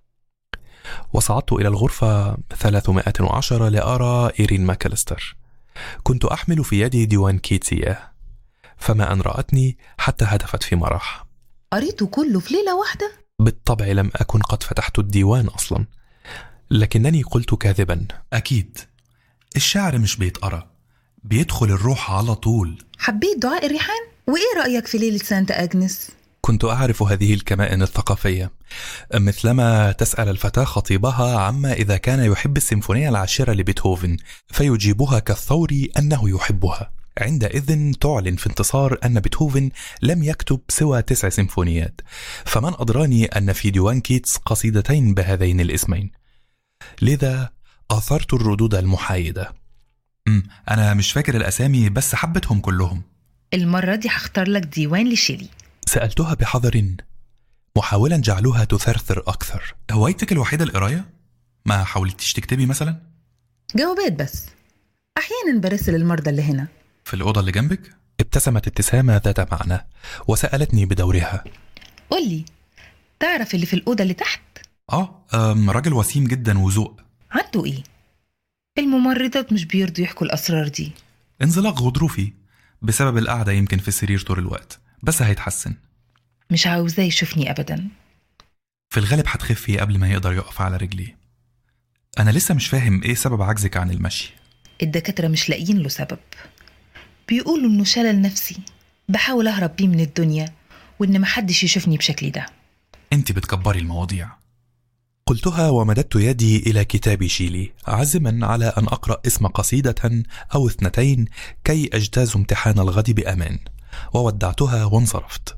وصعدت إلى الغرفة 310 لأرى إيرين ماكاليستر. كنت أحمل في يدي ديوان كيتسياه، فما أن رأتني حتى هدفت في مرح. قريته كله في ليلة واحدة؟ بالطبع لم أكن قد فتحت الديوان أصلا، لكنني قلت كاذبا: أكيد الشعر مش بيتقرأ، بيدخل الروح على طول. حبيت دعاء الريحان؟ وإيه رأيك في ليلة سانت أغنس؟ كنت أعرف هذه الكمائن الثقافية، مثلما تسأل الفتاة خطيبها عما إذا كان يحب السيمفونية العاشرة لبيتهوفن، فيجيبها كالثور أنه يحبها. عندئذ تعلن في انتصار أن بيتهوفن لم يكتب سوى 9 سيمفونيات، فمن أدراني أن في ديوان كيتس قصيدتين بهذين الاسمين. لذا آثرت الردود المحايدة: أنا مش فاكر الأسامي، بس حبتهم كلهم. المرة دي هختار لك ديوان لشيلي. سألتها بحذر، محاولا جعلها تثرثر أكثر: هوايتك الوحيدة القراية؟ ما حاولتيش تكتبي مثلا؟ جوابات بس، أحيانا برسل المرضى اللي هنا. في الأوضة اللي جنبك؟ ابتسمت ابتسامة ذات معنى وسألتني بدورها: قولي، تعرف اللي في الأوضة اللي تحت؟ راجل وسيم جدا وذوق. عنده إيه؟ الممرضات مش بيرضوا يحكوا الأسرار دي. انزلاق غضروفي بسبب القعدة يمكن في السرير طول الوقت، بس هيتحسن. مش عاوزاه يشوفني أبدا. في الغالب هتخفي قبل ما يقدر يقف على رجليه. أنا لسه مش فاهم إيه سبب عجزك عن المشي. الدكاترة مش لاقيين له سبب، بيقولوا إنه شلل نفسي بحاول أهرب بيه من الدنيا، وإن محدش يشوفني بشكلي ده. أنت بتكبري المواضيع، قلتها ومددت يدي إلى كتاب شيلي، عازما على أن أقرأ اسم قصيدة أو 2 كي أجتاز امتحان الغد بأمان، وودعتها وانصرفت.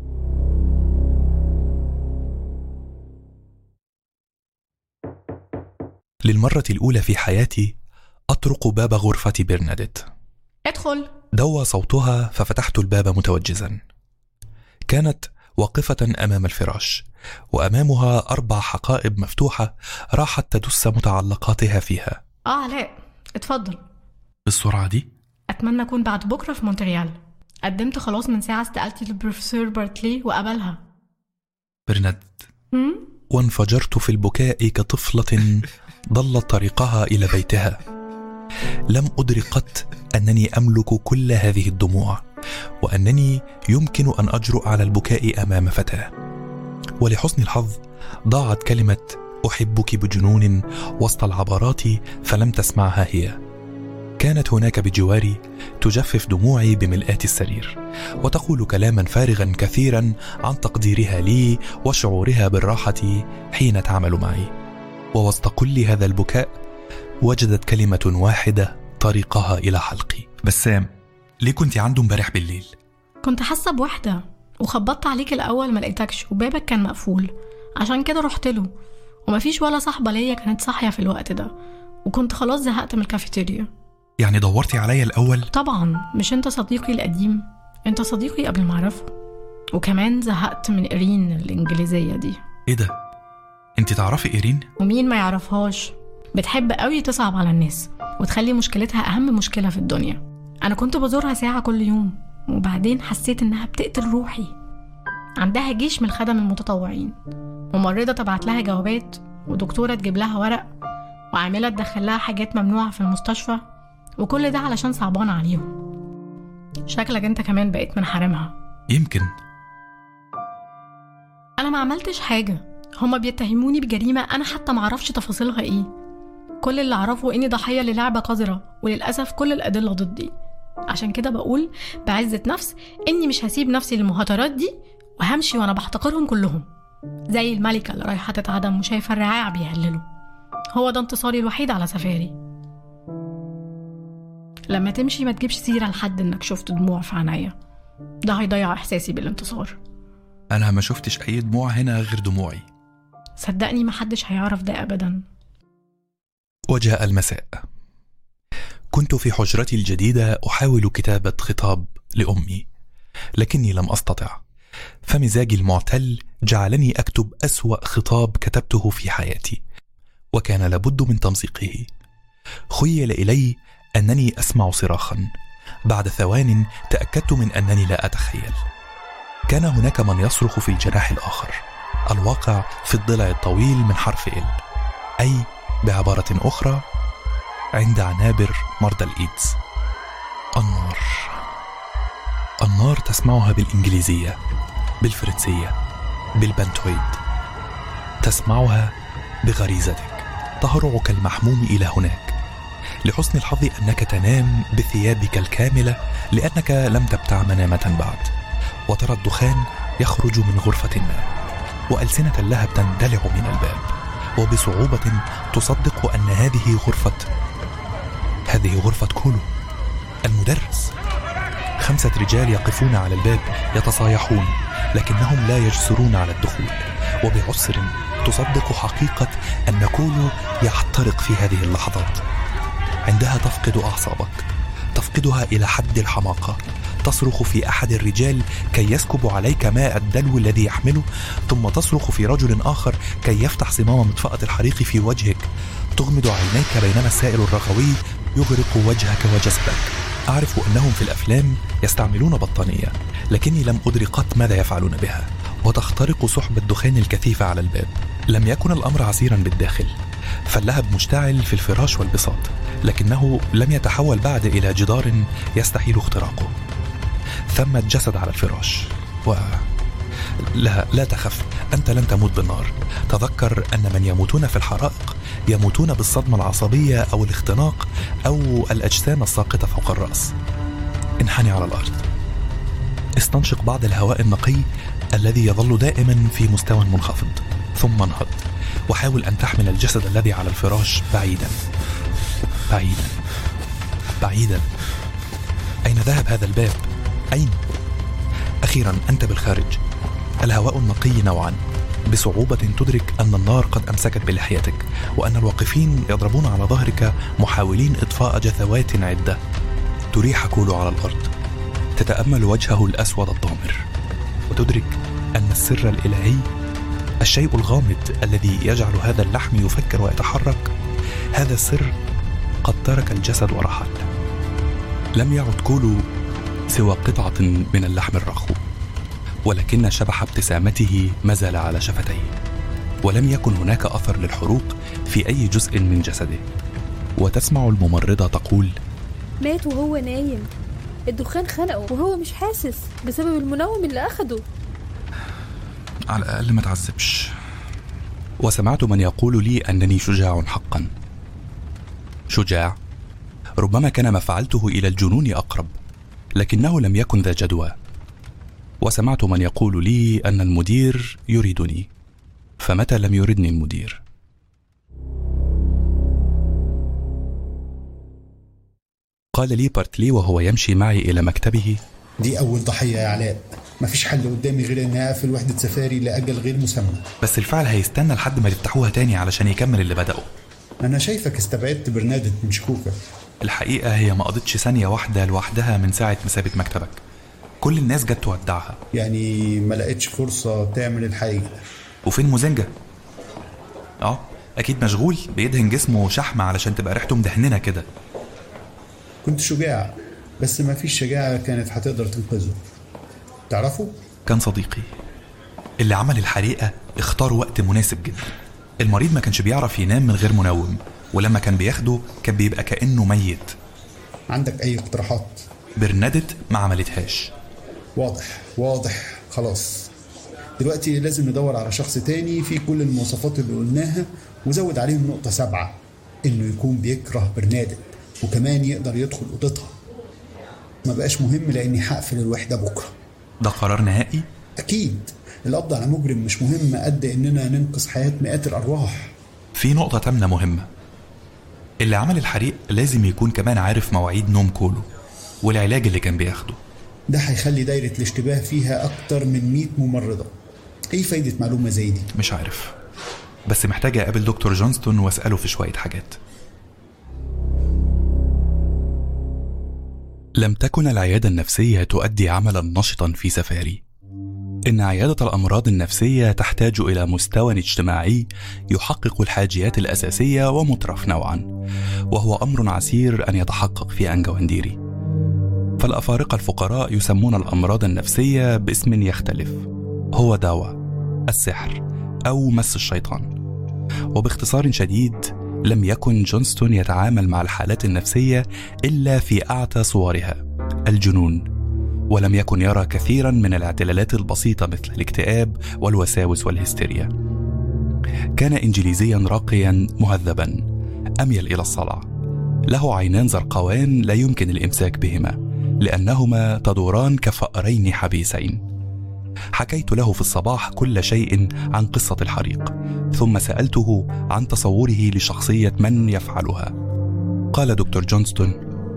للمرة الأولى في حياتي أطرق باب غرفة برناديت. ادخل. دوى صوتها ففتحت الباب متوجزا. كانت واقفة أمام الفراش، وأمامها 4 حقائب مفتوحة راحت تدس متعلقاتها فيها. علاء، اتفضل. بالسرعة دي؟ أتمنى أكون بعد بكرة في مونتريال. قدمت خلاص من ساعة استقالتي للبروفيسور بارتلي وقبلها. برناديت. وانفجرت في البكاء كطفلة ضلت طريقها إلى بيتها. لم أدرك قط أنني أملك كل هذه الدموع، وأنني يمكن أن أجرؤ على البكاء أمام فتاة. ولحسن الحظ ضاعت كلمة أحبك بجنون وسط العبارات فلم تسمعها هي. كانت هناك بجواري تجفف دموعي بملآت السرير وتقول كلاما فارغا كثيرا عن تقديرها لي وشعورها بالراحة حين تعمل معي. ووسط كل هذا البكاء وجدت كلمة واحدة طريقها إلى حلقي. بسام، ليه كنت عنده امبارح بالليل؟ كنت حاسة بوحدة وخبطت عليك الأول ما لقيتكش وبابك كان مقفول، عشان كده رحت له، ومفيش ولا صاحبة ليا كانت صاحية في الوقت ده، وكنت خلاص زهقت من الكافيتيريا. يعني دورتي عليا الأول؟ طبعا، مش انت صديقي القديم، انت صديقي قبل ما اعرفه. وكمان زهقت من إيرين الإنجليزية دي. ايه ده؟ انت تعرفي إيرين؟ ومين ما يعرفهاش؟ بتحب قوي تصعب على الناس وتخلي مشكلتها أهم مشكلة في الدنيا. أنا كنت بزورها ساعة كل يوم، وبعدين حسيت إنها بتقتل روحي. عندها جيش من الخدم المتطوعين، ممرضة تبعت لها جوابات، ودكتورة تجيب لها ورق، وعاملة تدخل لها حاجات ممنوعة في المستشفى، وكل ده علشان صعبان عليهم. شكلك انت كمان بقيت من حرمها. يمكن. انا ما عملتش حاجة، هما بيتهموني بجريمة انا حتى معرفش تفاصيلها ايه. كل اللي اعرفه اني ضحية للعبة قذرة، وللأسف كل الأدلة ضدي. عشان كده بقول بعزة نفس اني مش هسيب نفسي للمهاترات دي، وهمشي وانا بحتقرهم كلهم زي الملكة اللي رايحة تتعدم وشايفة الرعاع بيهللوا. هو ده انتصاري الوحيد على سفاري. لما تمشي ما تجيبش سيرة لحد انك شفت دموع في عينيا، ده هيضيع احساسي بالانتصار. انا ما شفتش اي دموع هنا غير دموعي. صدقني ما حدش هيعرف ده ابدا. وجاء المساء. كنت في حجرتي الجديدة أحاول كتابة خطاب لأمي، لكني لم أستطع، فمزاجي المعتل جعلني أكتب أسوأ خطاب كتبته في حياتي، وكان لابد من تمزيقه. خيل إلي أنني أسمع صراخا. بعد ثوان تأكدت من أنني لا أتخيل. كان هناك من يصرخ في الجناح الآخر، الواقع في الضلع الطويل من حرف ال، أي بعبارة أخرى عند عنابر مرضى الإيدز. النار. النار تسمعها بالإنجليزية، بالفرنسية، بالبنتويد. تسمعها بغريزتك، تهرع كالمحموم إلى هناك. لحسن الحظ أنك تنام بثيابك الكاملة لأنك لم تبتع منامة بعد، وترى الدخان يخرج من غرفة ما، وألسنة اللهب تندلع من الباب، وبصعوبة تصدق أن هذه غرفة كولو المدرس. 5 رجال يقفون على الباب يتصايحون، لكنهم لا يجسرون على الدخول، وبعسر تصدق حقيقة أن كولو يحترق في هذه اللحظات. عندها تفقد أعصابك، تفقدها إلى حد الحماقة. تصرخ في أحد الرجال كي يسكب عليك ماء الدلو الذي يحمله، ثم تصرخ في رجل آخر كي يفتح صمام مطفأة الحريق في وجهك. تغمض عينيك بينما السائل الرخوي يغرق وجهك وجسدك. أعرف أنهم في الأفلام يستعملون بطانية، لكني لم أدرك قط ماذا يفعلون بها. وتخترق سحب الدخان الكثيف على الباب. لم يكن الأمر عسيرا بالداخل، فاللهب مشتعل في الفراش والبساط، لكنه لم يتحول بعد إلى جدار يستحيل اختراقه. ثمة جسد على الفراش، لا تخف، أنت لن تموت بالنار. تذكر أن من يموتون في الحرائق يموتون بالصدمة العصبية أو الاختناق أو الأجسام الساقطة فوق الرأس. انحني على الأرض، استنشق بعض الهواء النقي الذي يظل دائما في مستوى منخفض، ثم انهض وحاول أن تحمل الجسد الذي على الفراش بعيدا بعيدا بعيدا. أين ذهب هذا الباب؟ أين؟ أخيرا أنت بالخارج. الهواء النقي نوعا. بصعوبة تدرك أن النار قد أمسكت بلحيتك، وأن الواقفين يضربون على ظهرك محاولين إطفاء جثوات عدة. تريح كولو على الأرض، تتأمل وجهه الأسود الضامر، وتدرك أن السر الإلهي، الشيء الغامض الذي يجعل هذا اللحم يفكر ويتحرك، هذا السر قد ترك الجسد ورحل. لم يعد كولو سوى قطعة من اللحم الرخو، ولكن شبح ابتسامته ما زال على شفتيه، ولم يكن هناك أثر للحروق في أي جزء من جسده. وتسمع الممرضة تقول: مات وهو نايم، الدخان خنقه وهو مش حاسس بسبب المنوم اللي أخده. على الأقل ما تعذبش. وسمعت من يقول لي أنني شجاع حقا. شجاع؟ ربما كان ما فعلته إلى الجنون أقرب، لكنه لم يكن ذا جدوى. وسمعت من يقول لي أن المدير يريدني، فمتى لم يردني المدير؟ قال لي بارتلي وهو يمشي معي إلى مكتبه: دي أول ضحية يا علاء، مفيش حل قدامي غير إني أقفل وحدة سفاري لأجل غير مسمى. بس الفعل هيستنى لحد ما يفتحوها تاني علشان يكمل اللي بدأه. أنا شايفك استبعدت برنادت من شكوكك. الحقيقة هي ما قضتش ثانية واحدة لوحدها من ساعة ما سابت مكتبك. كل الناس جت تودعها. يعني ما لقيتش فرصة تعمل الحقيقة. وفين موزنجة؟ أكيد مشغول بيدهن جسمه شحمة علشان تبقى ريحته مدهننة كده. كنت شجاع، بس ما فيش شجاعة كانت هتقدر تنقذه. تعرفه؟ كان صديقي. اللي عمل الحريقة اختار وقت مناسب جدا. المريض ما كانش بيعرف ينام من غير منوم، ولما كان بياخده كان بيبقى كأنه ميت. عندك أي اقتراحات؟ برنادت ما عملتهاش. واضح. خلاص، دلوقتي لازم ندور على شخص تاني فيه كل المواصفات اللي قلناها، وزود عليهم نقطة 7، إنه يكون بيكره برنادت وكمان يقدر يدخل أوضتها. ما بقاش مهم لأني هقفل الوحدة بكرة. ده قرار نهائي؟ أكيد. القبض على مجرم مش مهم قد إننا ننقذ حياة مئات الأرواح. في نقطة تامنة مهمة. اللي عمل الحريق لازم يكون كمان عارف مواعيد نوم كولو والعلاج اللي كان بياخده. ده هيخلي دايرة الاشتباه فيها أكتر من 100 ممرضة. إيه فايدة معلومة زي دي؟ مش عارف، بس محتاج أقابل دكتور جونستون وأسأله في شوية حاجات. لم تكن العيادة النفسية تؤدي عملا نشطا في سفاري. إن عيادة الأمراض النفسية تحتاج إلى مستوى اجتماعي يحقق الحاجيات الأساسية ومترف نوعا، وهو أمر عسير أن يتحقق في أنجوانديري. فالأفارقة الفقراء يسمون الأمراض النفسية باسم يختلف، هو دواء، السحر، أو مس الشيطان. وباختصار شديد، لم يكن جونستون يتعامل مع الحالات النفسية إلا في أعتى صورها، الجنون، ولم يكن يرى كثيرا من الاعتلالات البسيطة مثل الاكتئاب والوساوس والهستيريا. كان إنجليزيا راقيا مهذبا، أميل إلى الصلع، له عينان زرقوان لا يمكن الإمساك بهما لأنهما تدوران كفأرين حبيسين. حكيت له في الصباح كل شيء عن قصة الحريق، ثم سألته عن تصوره لشخصية من يفعلها. قال دكتور جونستون: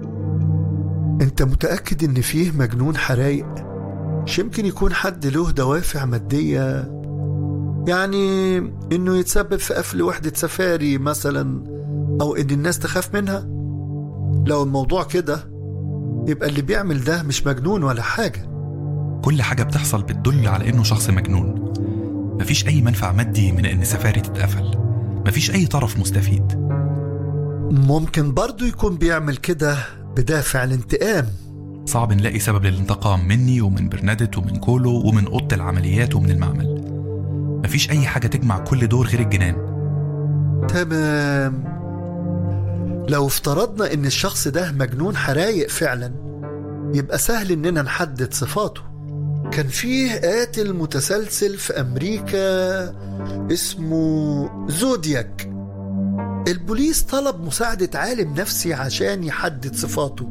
أنت متأكد إن فيه مجنون حرايق؟ مش يمكن يكون حد له دوافع مادية، يعني إنه يتسبب في قفل وحدة سفاري مثلا، أو إن الناس تخاف منها؟ لو الموضوع كده يبقى اللي بيعمل ده مش مجنون ولا حاجة. كل حاجة بتحصل بتدل على إنه شخص مجنون. مفيش أي منفع مادي من إن سفاري تتقفل، مفيش أي طرف مستفيد. ممكن برضو يكون بيعمل كده بدافع الانتقام. صعب نلاقي سبب للانتقام مني ومن برنادت ومن كولو ومن أوضة العمليات ومن المعمل. مفيش أي حاجة تجمع كل دور غير الجنان. تمام. لو افترضنا إن الشخص ده مجنون حرايق فعلا، يبقى سهل إننا نحدد صفاته. كان فيه قاتل متسلسل في أمريكا اسمه زودياك. البوليس طلب مساعدة عالم نفسي عشان يحدد صفاته.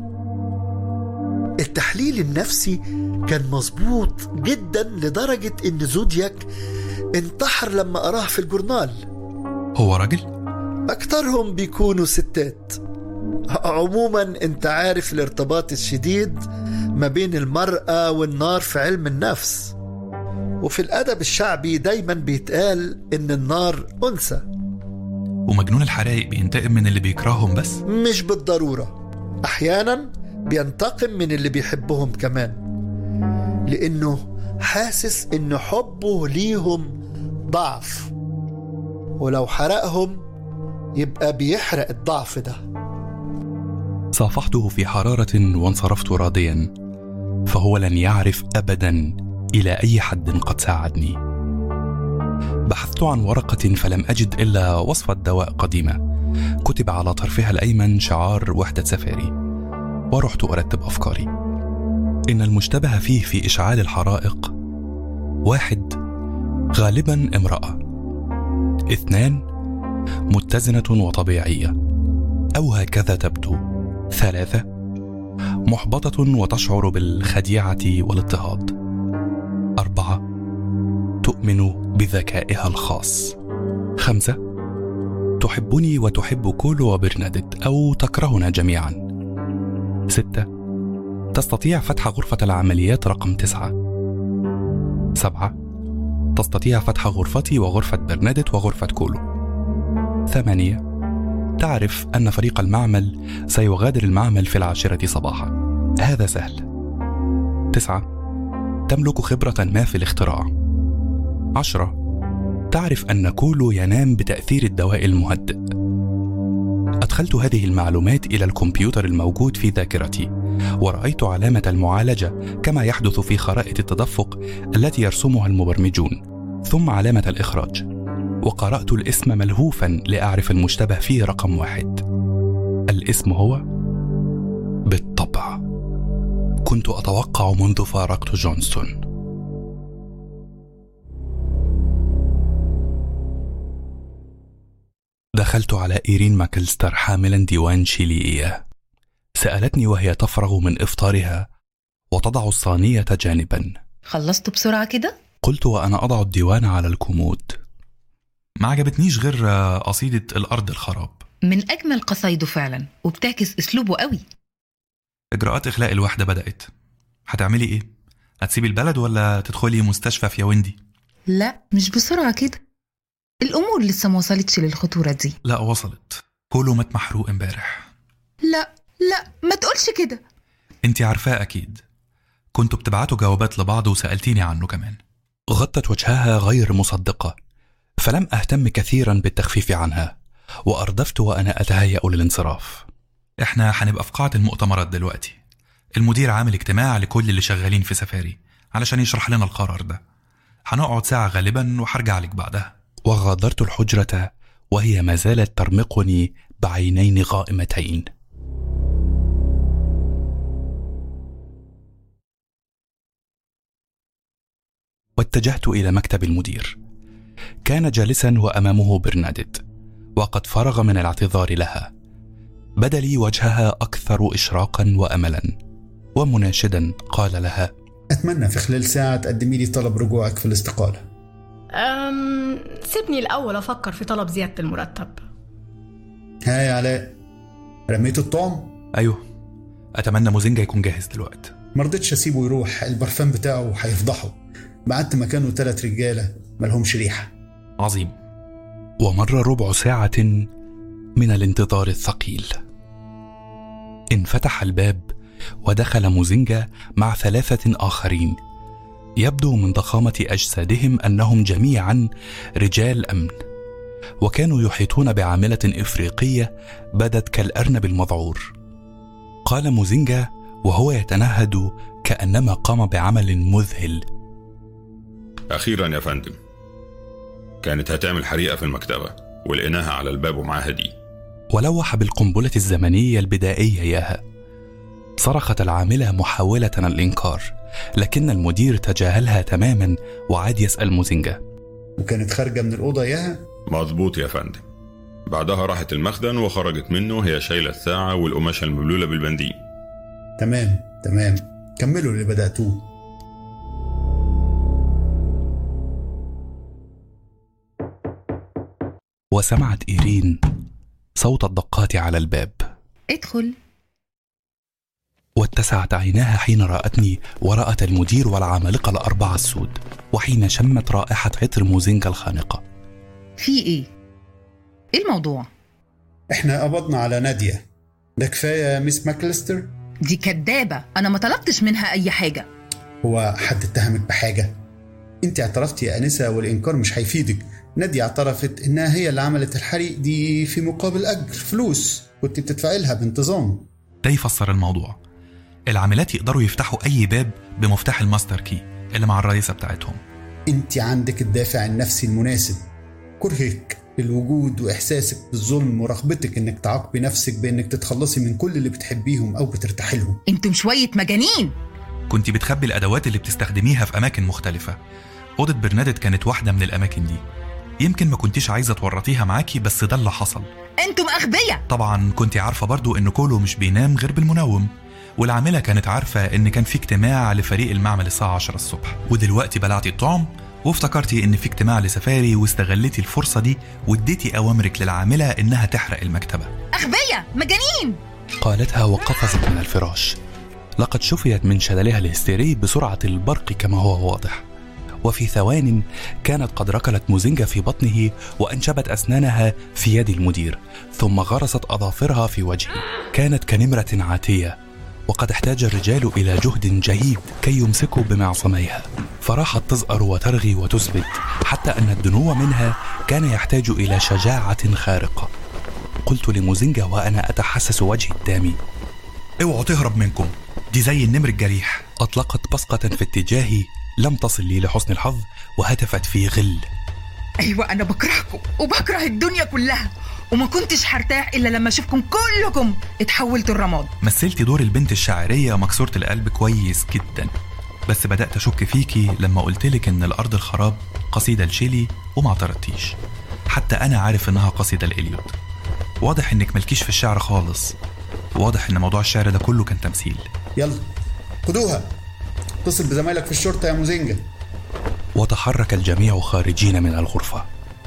التحليل النفسي كان مظبوط جدا لدرجة إن زودياك انتحر لما قراه في الجورنال. هو راجل؟ أكترهم بيكونوا ستات. عموما انت عارف الارتباط الشديد ما بين المرأة والنار في علم النفس، وفي الأدب الشعبي دايما بيتقال إن النار أنثى. ومجنون الحرايق بينتقم من اللي بيكرههم بس؟ مش بالضرورة، أحيانا بينتقم من اللي بيحبهم كمان، لأنه حاسس إن حبه ليهم ضعف، ولو حرقهم يبقى بيحرق الضعف ده. صافحته في حرارة وانصرفت راضيا، فهو لن يعرف أبدا إلى أي حد قد ساعدني. بحثت عن ورقة فلم أجد إلا وصفة دواء قديمة كتب على طرفها الأيمن شعار وحدة سفاري، ورحت أرتب أفكاري. إن المشتبه فيه في إشعال الحرائق: 1. غالبا امرأة. 2 متزنة وطبيعية أو هكذا تبدو. 3 محبطة وتشعر بالخديعة والاضطهاد. 4 تؤمن بذكائها الخاص. 5 تحبني وتحب كول وبرناديت أو تكرهنا جميعا. 6 تستطيع فتح غرفة العمليات رقم 9. 7 تستطيع فتح غرفتي وغرفة برناديت وغرفة كولو. 8 تعرف أن فريق المعمل سيغادر المعمل في 10 صباحا. هذا سهل. 9 تملك خبرة ما في الاختراع. 10 تعرف أن كولو ينام بتأثير الدواء المهدئ. أدخلت هذه المعلومات إلى الكمبيوتر الموجود في ذاكرتي، ورأيت علامة المعالجة كما يحدث في خرائط التدفق التي يرسمها المبرمجون، ثم علامة الإخراج، وقرأت الاسم ملهوفا لأعرف المشتبه فيه رقم 1. الاسم هو بالطبع كنت أتوقع منذ فارقت جونستون. دخلت على إيرين ماكلستر حاملا ديوان شيلي إياه. سألتني وهي تفرغ من إفطارها وتضع الصينية جانبا. خلصت بسرعة كده؟ قلت وأنا أضع الديوان على الكومود. ما عجبتنيش غير قصيدة الأرض الخراب. من أجمل قصايده فعلا، وبتعكس أسلوبه قوي. إجراءات إخلاء الوحدة بدأت. هتعملي إيه؟ هتسيبي البلد ولا تدخلي مستشفى في ياوندي؟ لا مش بسرعة كده، الأمور لسه ما وصلتش للخطورة دي. لا وصلت، كله مات محروق امبارح. لا ما تقولش كده. انتي عارفاه أكيد، كنتوا بتبعتوا جوابات لبعض وسألتيني عنه كمان. غطت وجهها غير مصدقة، فلم أهتم كثيرا بالتخفيف عنها، وأردفت وأنا أتهيأ للانصراف. احنا هنبقى في قاعة المؤتمرات دلوقتي، المدير عامل اجتماع لكل اللي شغالين في سفاري علشان يشرح لنا القرار ده. هنقعد ساعة غالبا وحرجع لك بعدها. وغادرت الحجرة وهي ما زالت ترمقني بعينين غائمتين. واتجهت إلى مكتب المدير. كان جالسا وأمامه برناديت، وقد فرغ من الاعتذار لها. بدا لي وجهها أكثر إشراقا وأملا، ومناشدا قال لها: أتمنى في خلال ساعة تقدمي لي طلب رجوعك في الاستقالة. سيبني الأول أفكر في طلب زيادة المرتب. ها يا علاء، رميت الطعم؟ أيوه، أتمنى موزينجا يكون جاهز دلوقتي. مرضتش أسيبه يروح، البرفان بتاعه هيفضحه. بعت مكانه 3 رجالة ملهمش ريحة. عظيم. ومر ربع ساعة من الانتظار الثقيل. انفتح الباب ودخل موزينجا مع 3 آخرين. يبدو من ضخامة أجسادهم أنهم جميعا رجال أمن، وكانوا يحيطون بعاملة إفريقية بدت كالأرنب المذعور. قال موزينجا وهو يتنهد كأنما قام بعمل مذهل: أخيرا يا فندم، كانت هتعمل حريقة في المكتبة ولقيناها على الباب ومعاها دي. ولوح بالقنبلة الزمنية البدائية ياها. صرخت العاملة محاولة الإنكار، لكن المدير تجاهلها تماما وعاد يسأل موزينجا: وكانت خارجة من الأوضة ياها؟ مظبوط يا فندم. بعدها راحت المخزن وخرجت منه هي شايلة الساعة والقماشة المبلولة بالبندين. تمام، كملوا اللي بدأتوه. وسمعت إيرين صوت الدقات على الباب. ادخل. واتسعت عيناها حين رأتني ورأت المدير والعمالقة ال4 السود، وحين شمت رائحة عطر موزينجا الخانقة. في ايه الموضوع؟ احنا قبضنا على نادية، ده كفاية يا ميس ماكلستر؟ دي كدابة، انا ما طلبتش منها اي حاجة. هو حد اتهمك بحاجة؟ انت اعترفتي يا أنسة، والإنكار مش هيفيدك. نادية اعترفت انها هي اللي عملت الحريق دي في مقابل أجر، فلوس كنت بتدفعي لها بانتظام. ده يفسر الموضوع. العاملات يقدروا يفتحوا أي باب بمفتاح الماستر كي اللي مع الرئيسة بتاعتهم. انت عندك الدافع النفسي المناسب، كرهك للوجود وإحساسك بالظلم ورغبتك انك تعاقبي نفسك بانك تتخلصي من كل اللي بتحبيهم أو بترتاحي لهم. انتم شوية مجانين. كنت بتخبي الأدوات اللي بتستخدميها في أماكن مختلفة. أوضة برناديت كانت واحدة من الأماكن دي. يمكن ما كنتيش عايزة تورطيها معاكي، بس ده اللي حصل. انتم أغبياء. طبعا كنتي عارفة برضو إن كولو مش بينام غير بالمنوم، والعاملة كانت عارفة إن كان في اجتماع لفريق المعمل الساعة 10 الصبح، ودلوقتي بلعتي الطعم وافتكرتي إن في اجتماع لسفاري، واستغلتي الفرصة دي واديتي أوامرك للعاملة إنها تحرق المكتبة. أغبياء مجانين، قالتها وقفزت من الفراش. لقد شفيت من شللها الهستيري بسرعة البرق كما هو واضح، وفي ثوان كانت قد ركلت موزينجا في بطنه وأنشبت أسنانها في يد المدير، ثم غرست أظافرها في وجهه. كانت كنمرة عاتية، وقد احتاج الرجال إلى جهد جهيد كي يمسكوا بمعصميها، فراحت تزأر وترغي وتثبت، حتى أن الدنو منها كان يحتاج إلى شجاعة خارقة. قلت لموزينجا وأنا أتحسس وجهي الدامي: اوعوا تهرب منكم، دي زي النمر الجريح. أطلقت بصقة في اتجاهي لم تصل لي لحسن الحظ، وهتفت في غل: أيوة أنا بكرهكم وبكره الدنيا كلها، وما كنتش هرتاح إلا لما أشوفكم كلكم اتحولتوا الرماد. مثلتي دور البنت الشاعرية مكسورة القلب كويس جدا، بس بدأت أشك فيكي لما قلتلك إن الأرض الخراب قصيدة لشيلي وما اعترضتيش. حتى أنا عارف إنها قصيدة لإليوت. واضح إنك ملكيش في الشعر خالص، واضح إن موضوع الشعر ده كله كان تمثيل. يلا خدوها، اتصل بزمايلك في الشرطة يا موزينجا. وتحرك الجميع خارجين من الغرفة.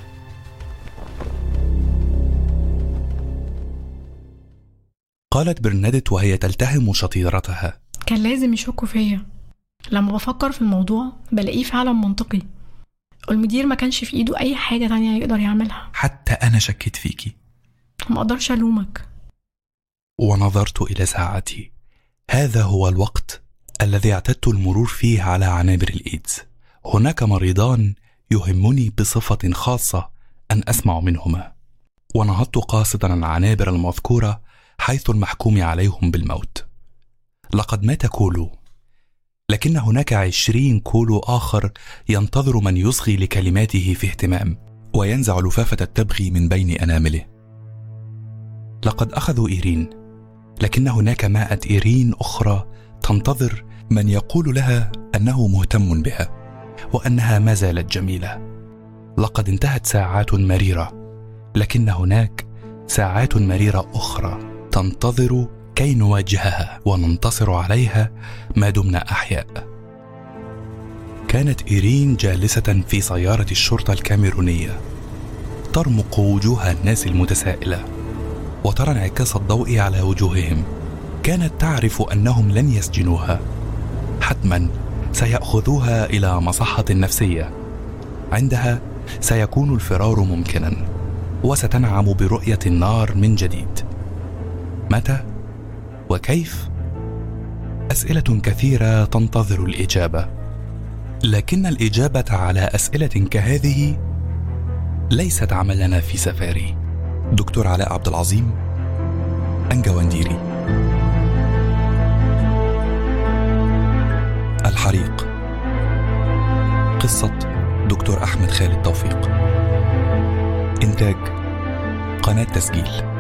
قالت برنادت وهي تلتهم شطيرتها: كان لازم يشكوا فيا. لما بفكر في الموضوع بلاقيه فعلا منطقي، والمدير ما كانش في ايده اي حاجة تانية يقدر يعملها. حتى انا شكيت فيكي، ما اقدرش الومك. ونظرت الى ساعتي. هذا هو الوقت الذي اعتدت المرور فيه على عنابر الإيدز. هناك مريضان يهمني بصفة خاصة أن أسمع منهما، ونهضت قاصدا العنابر المذكورة حيث المحكوم عليهم بالموت. لقد مات كولو، لكن هناك 20 كولو آخر ينتظر من يصغي لكلماته في اهتمام وينزع لفافة التبغي من بين أنامله. لقد أخذوا إيرين، لكن هناك 100 إيرين أخرى تنتظر من يقول لها أنه مهتم بها وأنها ما زالت جميلة. لقد انتهت ساعات مريرة، لكن هناك ساعات مريرة أخرى تنتظر كي نواجهها وننتصر عليها ما دمنا أحياء. كانت إيرين جالسة في سيارة الشرطة الكاميرونية ترمق وجوه الناس المتسائلة وترى انعكاس الضوء على وجوههم. كانت تعرف أنهم لن يسجنوها، حتما سيأخذوها إلى مصحة نفسية. عندها سيكون الفرار ممكنا، وستنعم برؤية النار من جديد. متى وكيف؟ أسئلة كثيرة تنتظر الإجابة، لكن الإجابة على أسئلة كهذه ليست عملنا في سفاري. دكتور علاء عبد العظيم، أنجوانديري. الحريق، قصة دكتور أحمد خالد توفيق. إنتاج قناة تسجيل.